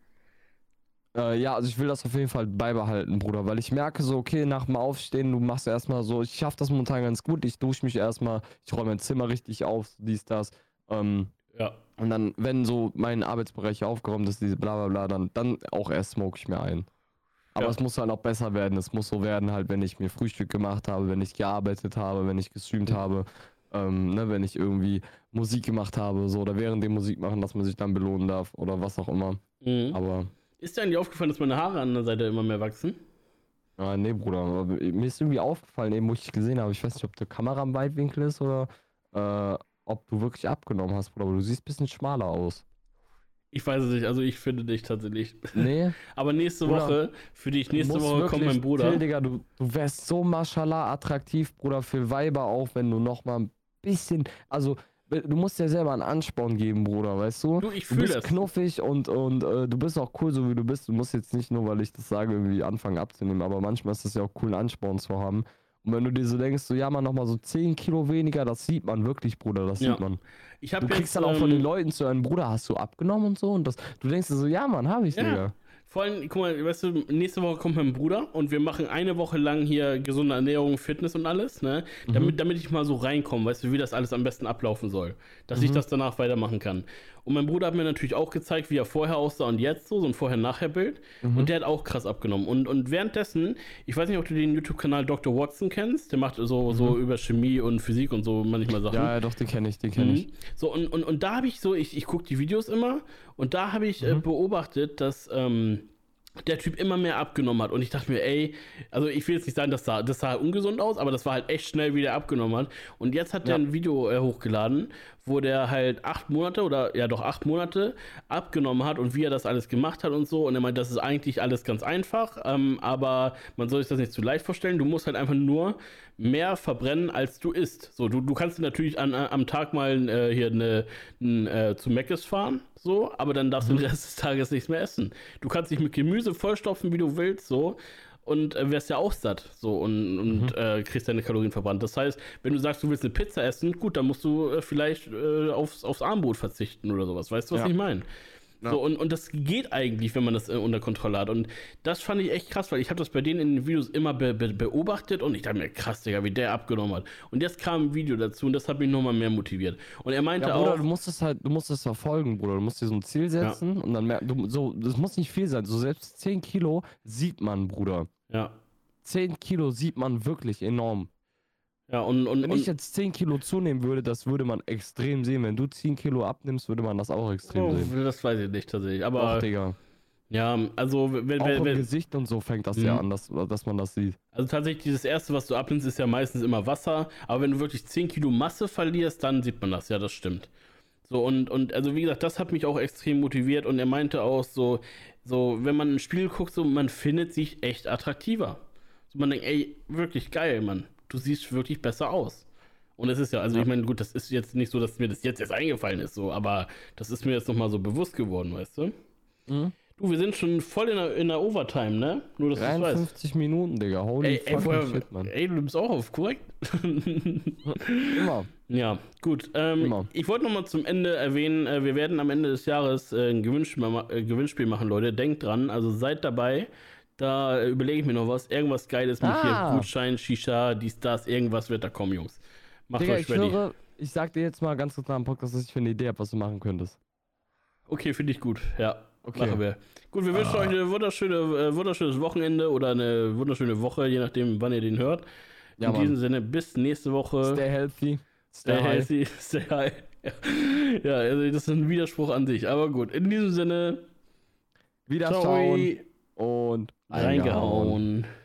Äh, ja, also ich will das auf jeden Fall beibehalten, Bruder, weil ich merke so, okay, nach dem Aufstehen, du machst erstmal so, ich schaffe das momentan ganz gut, ich dusche mich erstmal, ich räume mein Zimmer richtig auf, dies, das. Ähm, Ja. und dann, wenn so mein Arbeitsbereich aufgeräumt ist, diese bla bla bla, dann, dann auch erst smoke ich mir ein. Aber Ja. es muss halt auch besser werden. Es muss so werden, halt, wenn ich mir Frühstück gemacht habe, wenn ich gearbeitet habe, wenn ich gestreamt Mhm. habe, ähm, ne, wenn ich irgendwie Musik gemacht habe, so, oder während dem Musik machen, dass man sich dann belohnen darf oder was auch immer. Mhm. Aber, Ist dir eigentlich aufgefallen, dass meine Haare an der Seite immer mehr wachsen? äh, nee, Bruder, aber mir ist irgendwie aufgefallen, eben, wo ich dich gesehen habe. Ich weiß nicht, ob die Kamera im Weitwinkel ist oder äh, ob du wirklich abgenommen hast, Bruder, aber du siehst ein bisschen schmaler aus. Ich weiß es nicht, also ich finde dich tatsächlich. Nee, Aber nächste Bruder, Woche, für dich, du nächste musst Woche kommt wirklich, mein Bruder. Till, Digga, du, du wärst so mashallah attraktiv, Bruder, für Weiber auch, wenn du noch mal ein bisschen, also du musst dir selber einen Ansporn geben, Bruder, weißt du? Du, ich Du fühle bist das. knuffig und, und äh, du bist auch cool, so wie du bist. Du musst jetzt nicht nur, weil ich das sage, irgendwie anfangen abzunehmen, aber manchmal ist es ja auch cool, einen Ansporn zu haben. Und wenn du dir so denkst, so ja, man, nochmal so zehn Kilo weniger, das sieht man wirklich, Bruder, das Ja. sieht man. Ich habe Du jetzt, kriegst dann auch von den ähm, Leuten zu hören, Bruder, hast du abgenommen und so? Und das, du denkst dir so, ja, Mann, hab ich, Ja. Digga. Vor allem, guck mal, weißt du, nächste Woche kommt mein Bruder und wir machen eine Woche lang hier gesunde Ernährung, Fitness und alles, ne? Damit, damit ich mal so reinkomme, weißt du, wie das alles am besten ablaufen soll. Dass ich Mhm. das danach weitermachen kann. Und mein Bruder hat mir natürlich auch gezeigt, wie er vorher aussah und jetzt so, so ein Vorher-Nachher-Bild. Mhm. Und der hat auch krass abgenommen. Und, und währenddessen, ich weiß nicht, ob du den YouTube-Kanal Doktor Watson kennst, der macht so, so über Chemie und Physik und so manchmal Sachen. Ja, ja, doch, den kenne ich, den kenne ich. Mhm. So, und, und, und da habe ich so, ich, ich gucke die Videos immer und da habe ich äh, Mhm. beobachtet, dass ähm, der Typ immer mehr abgenommen hat. Und ich dachte mir, ey, also ich will jetzt nicht sagen, das sah, das sah ungesund aus, aber das war halt echt schnell, wie der abgenommen hat. Und jetzt hat Ja. der ein Video äh, hochgeladen, wo der halt acht Monate oder ja doch acht Monate abgenommen hat und wie er das alles gemacht hat und so. Und er meint, das ist eigentlich alles ganz einfach, ähm, aber man soll sich das nicht zu leicht vorstellen. Du musst halt einfach nur mehr verbrennen, als du isst. So, du, du kannst natürlich an, an, am Tag mal äh, hier eine, n, äh, zu Mc's fahren, so, aber dann darfst du den Rest des Tages nichts mehr essen. Du kannst dich mit Gemüse vollstopfen, wie du willst, so, und äh, wärst ja auch satt, so, und, und äh, kriegst deine Kalorien verbrannt. Das heißt, wenn du sagst, du willst eine Pizza essen, gut, dann musst du äh, vielleicht äh, aufs, aufs Armbrot verzichten oder sowas. Weißt du, was Ja. ich meine? Ja. So, und, und das geht eigentlich, wenn man das äh, unter Kontrolle hat. Und das fand ich echt krass, weil ich habe das bei denen in den Videos immer be be beobachtet und ich dachte mir, krass, Digga, wie der abgenommen hat. Und jetzt kam ein Video dazu und das hat mich nochmal mehr motiviert. Und er meinte Ja, Bruder, auch, du musst es halt, du musst es verfolgen, Bruder. Du musst dir so ein Ziel setzen und dann merken, du, so, das muss nicht viel sein. So selbst zehn Kilo sieht man, Bruder. ja, zehn Kilo sieht man wirklich enorm. ja, und, und, Wenn und ich jetzt zehn Kilo zunehmen würde, das würde man extrem sehen. Wenn du zehn Kilo abnimmst, würde man das auch extrem oh, sehen. das weiß ich nicht tatsächlich. Doch, Aber Digga. ja, also wenn, Auch wenn, im wenn, Gesicht und so fängt das Mhm. ja an, dass, dass man das sieht. also tatsächlich dieses erste, was du abnimmst, ist ja meistens immer Wasser. Aber wenn du wirklich zehn Kilo Masse verlierst, dann sieht man das. Ja, das stimmt. So, und, und also wie gesagt, das hat mich auch extrem motiviert und er meinte auch so, so, wenn man ein Spiel guckt, so, man findet sich echt attraktiver. So, man denkt, ey, wirklich geil, Mann. Du siehst wirklich besser aus. Und es ist ja, also Ja. ich meine, gut, das ist jetzt nicht so, dass mir das jetzt erst eingefallen ist, so, aber das ist mir jetzt nochmal so bewusst geworden, weißt du? Mhm. Du, wir sind schon voll in der, in der Overtime, ne? Nur, dass du es weißt. dreiundfünfzig Minuten, Digga. Holy Ey, ey, fucking woher, shit, Mann. ey, du nimmst auch auf, korrekt? Immer. Ja, gut. Ähm, Immer. ich wollte noch mal zum Ende erwähnen, äh, wir werden am Ende des Jahres äh, ein Gewinnspiel, ma äh, Gewinnspiel machen, Leute. Denkt dran, also seid dabei. Da äh, überlege ich mir noch was. Irgendwas Geiles mit Ah. hier Gutschein, Shisha, dies, das, irgendwas wird da kommen, Jungs. Macht Digga, euch ich ready. höre, ich sag dir jetzt mal ganz kurz nach dem Podcast, was ich für eine Idee habe, was du machen könntest. Okay, finde ich gut. Ja, Okay. machen wir. Gut, wir wünschen euch eine wunderschöne, äh, wunderschönes Wochenende oder eine wunderschöne Woche, je nachdem, wann ihr den hört. Ja, In diesem Mann. Sinne, bis nächste Woche. Stay healthy. Stay Stay high. healthy, stay high. Ja. Ja, also das ist ein Widerspruch an sich. Aber gut, in diesem Sinne, Wieder ciao, schauen und reingehauen.